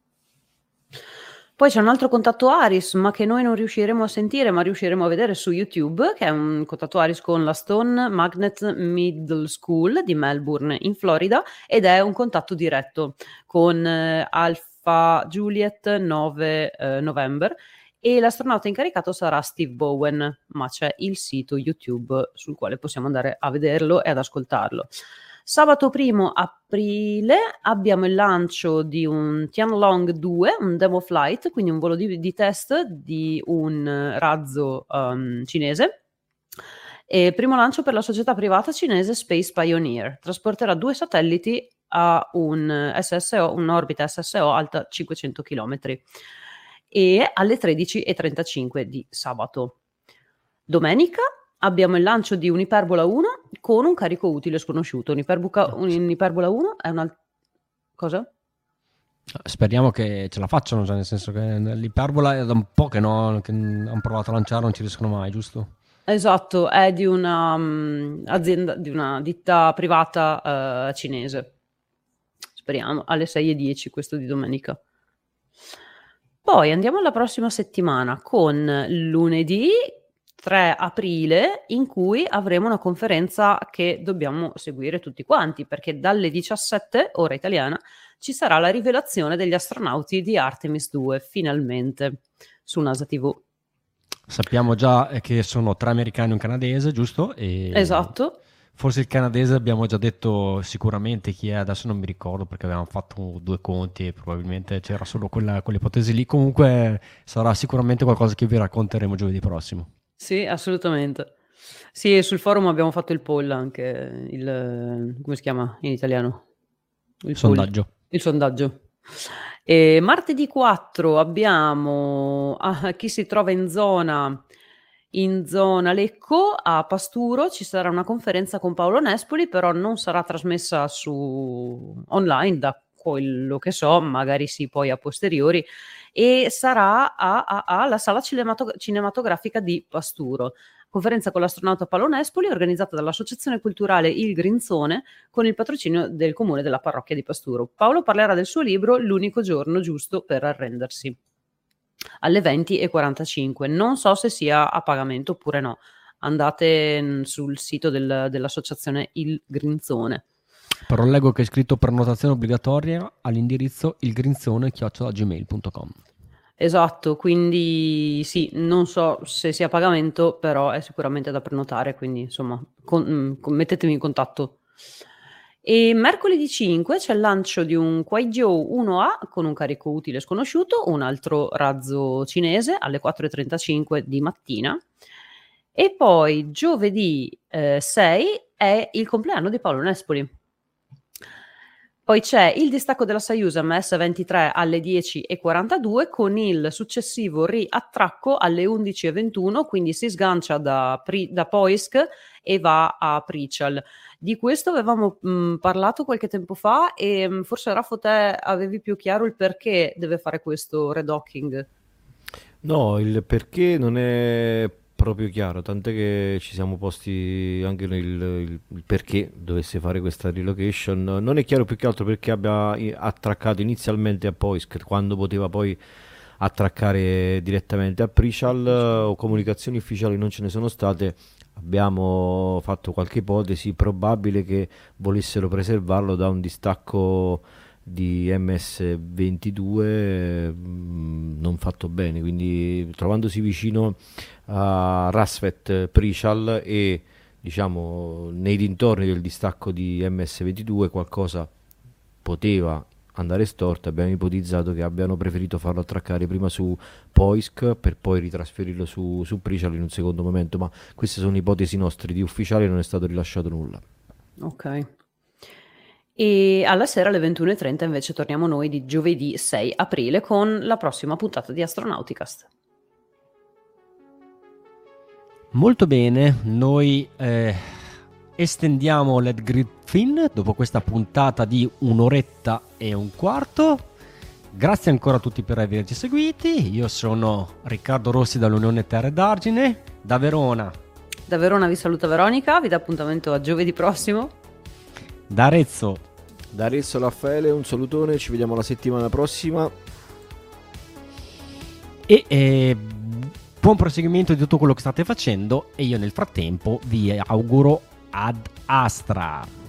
Poi c'è un altro contatto Aris, ma che noi non riusciremo a sentire, ma riusciremo a vedere su YouTube, che è un contatto Aris con la Stone Magnet Middle School di Melbourne, in Florida, ed è un contatto diretto con eh, Alpha Juliet nove eh, November, e l'astronauta incaricato sarà Steve Bowen, ma c'è il sito YouTube sul quale possiamo andare a vederlo e ad ascoltarlo. Sabato primo aprile abbiamo il lancio di un Tianlong due, un demo flight, quindi un volo di, di test di un razzo um, cinese. E primo lancio per la società privata cinese Space Pioneer. Trasporterà due satelliti a un S S O, un'orbita S S O alta cinquecento chilometri, e alle tredici e trentacinque di sabato. Domenica abbiamo il lancio di Uniperbola uno con un carico utile sconosciuto. Uniperbuca, Uniperbola uno è una... cosa? Speriamo che ce la facciano, cioè nel senso che l'iperbola è da un po' che, no, che hanno provato a lanciare, non ci riescono mai, giusto? Esatto, è di una um, azienda, di una ditta privata uh, cinese. Speriamo, alle sei e dieci questo di domenica. Poi andiamo alla prossima settimana con lunedì tre aprile, in cui avremo una conferenza che dobbiamo seguire tutti quanti, perché dalle diciassette, ora italiana, ci sarà la rivelazione degli astronauti di Artemis due, finalmente, su NASA tivù. Sappiamo già che sono tre americani e un canadese, giusto? E esatto. Forse il canadese abbiamo già detto sicuramente chi è, adesso non mi ricordo perché avevamo fatto due conti e probabilmente c'era solo quella, quell'ipotesi lì. Comunque sarà sicuramente qualcosa che vi racconteremo giovedì prossimo. Sì, assolutamente. Sì, sul forum abbiamo fatto il poll anche, il, come si chiama in italiano? Il sondaggio. Poll, il sondaggio. E martedì quattro abbiamo ah, chi si trova in zona, in zona Lecco, a Pasturo, ci sarà una conferenza con Paolo Nespoli, però non sarà trasmessa su online, da quello che so, magari sì poi a posteriori, e sarà a, a, a la sala cinematog- cinematografica di Pasturo. Conferenza con l'astronauta Paolo Nespoli, organizzata dall'Associazione Culturale Il Grinzone, con il patrocinio del comune della parrocchia di Pasturo. Paolo parlerà del suo libro L'unico giorno giusto per arrendersi, alle venti e quarantacinque. Non so se sia a pagamento oppure no. Andate sul sito del, dell'associazione Il Grinzone. Però leggo che è scritto prenotazione obbligatoria all'indirizzo ilgrinzone chiocciola gmail punto com. Esatto, quindi sì, non so se sia a pagamento, però è sicuramente da prenotare, quindi insomma con, con, mettetemi in contatto. E mercoledì cinque c'è il lancio di un Kuaizhou uno A con un carico utile sconosciuto, un altro razzo cinese, alle quattro e trentacinque di mattina. E poi giovedì eh, sei è il compleanno di Paolo Nespoli. Poi c'è il distacco della Soyuz M S ventitré alle dieci e quarantadue con il successivo riattracco alle undici e ventuno, quindi si sgancia da, Pri- da Poisk e va a Prichal. Di questo avevamo mh, parlato qualche tempo fa e mh, forse Raffo te avevi più chiaro il perché deve fare questo redocking. No, il perché non è proprio chiaro, tant'è che ci siamo posti anche noi il, il- il perché dovesse fare questa relocation. Non è chiaro più che altro perché abbia i- attraccato inizialmente a Poisk, quando poteva poi attraccare direttamente a Prichal. O comunicazioni ufficiali non ce ne sono state. Abbiamo fatto qualche ipotesi, probabile che volessero preservarlo da un distacco di M S ventidue mh, non fatto bene, quindi trovandosi vicino a Rasvet Prichal e diciamo nei dintorni del distacco di M S ventidue qualcosa poteva andare storto. Abbiamo ipotizzato che abbiano preferito farlo attraccare prima su Poisk per poi ritrasferirlo su, su Prichal in un secondo momento, ma queste sono ipotesi nostre, di ufficiale non è stato rilasciato nulla. Ok. E alla sera alle ventuno e trenta invece torniamo noi di giovedì sei aprile con la prossima puntata di Astronauticast. Molto bene, noi eh, estendiamo Let Griffin dopo questa puntata di un'oretta e un quarto. Grazie ancora a tutti per averci seguiti. Io sono Riccardo Rossi dall'Unione Terre d'Argine, da Verona. Da Verona vi saluta Veronica, vi dà appuntamento a giovedì prossimo. Da Arezzo. Da Arezzo Raffaele, un salutone, ci vediamo la settimana prossima. E eh, buon proseguimento di tutto quello che state facendo e io nel frattempo vi auguro ad astra.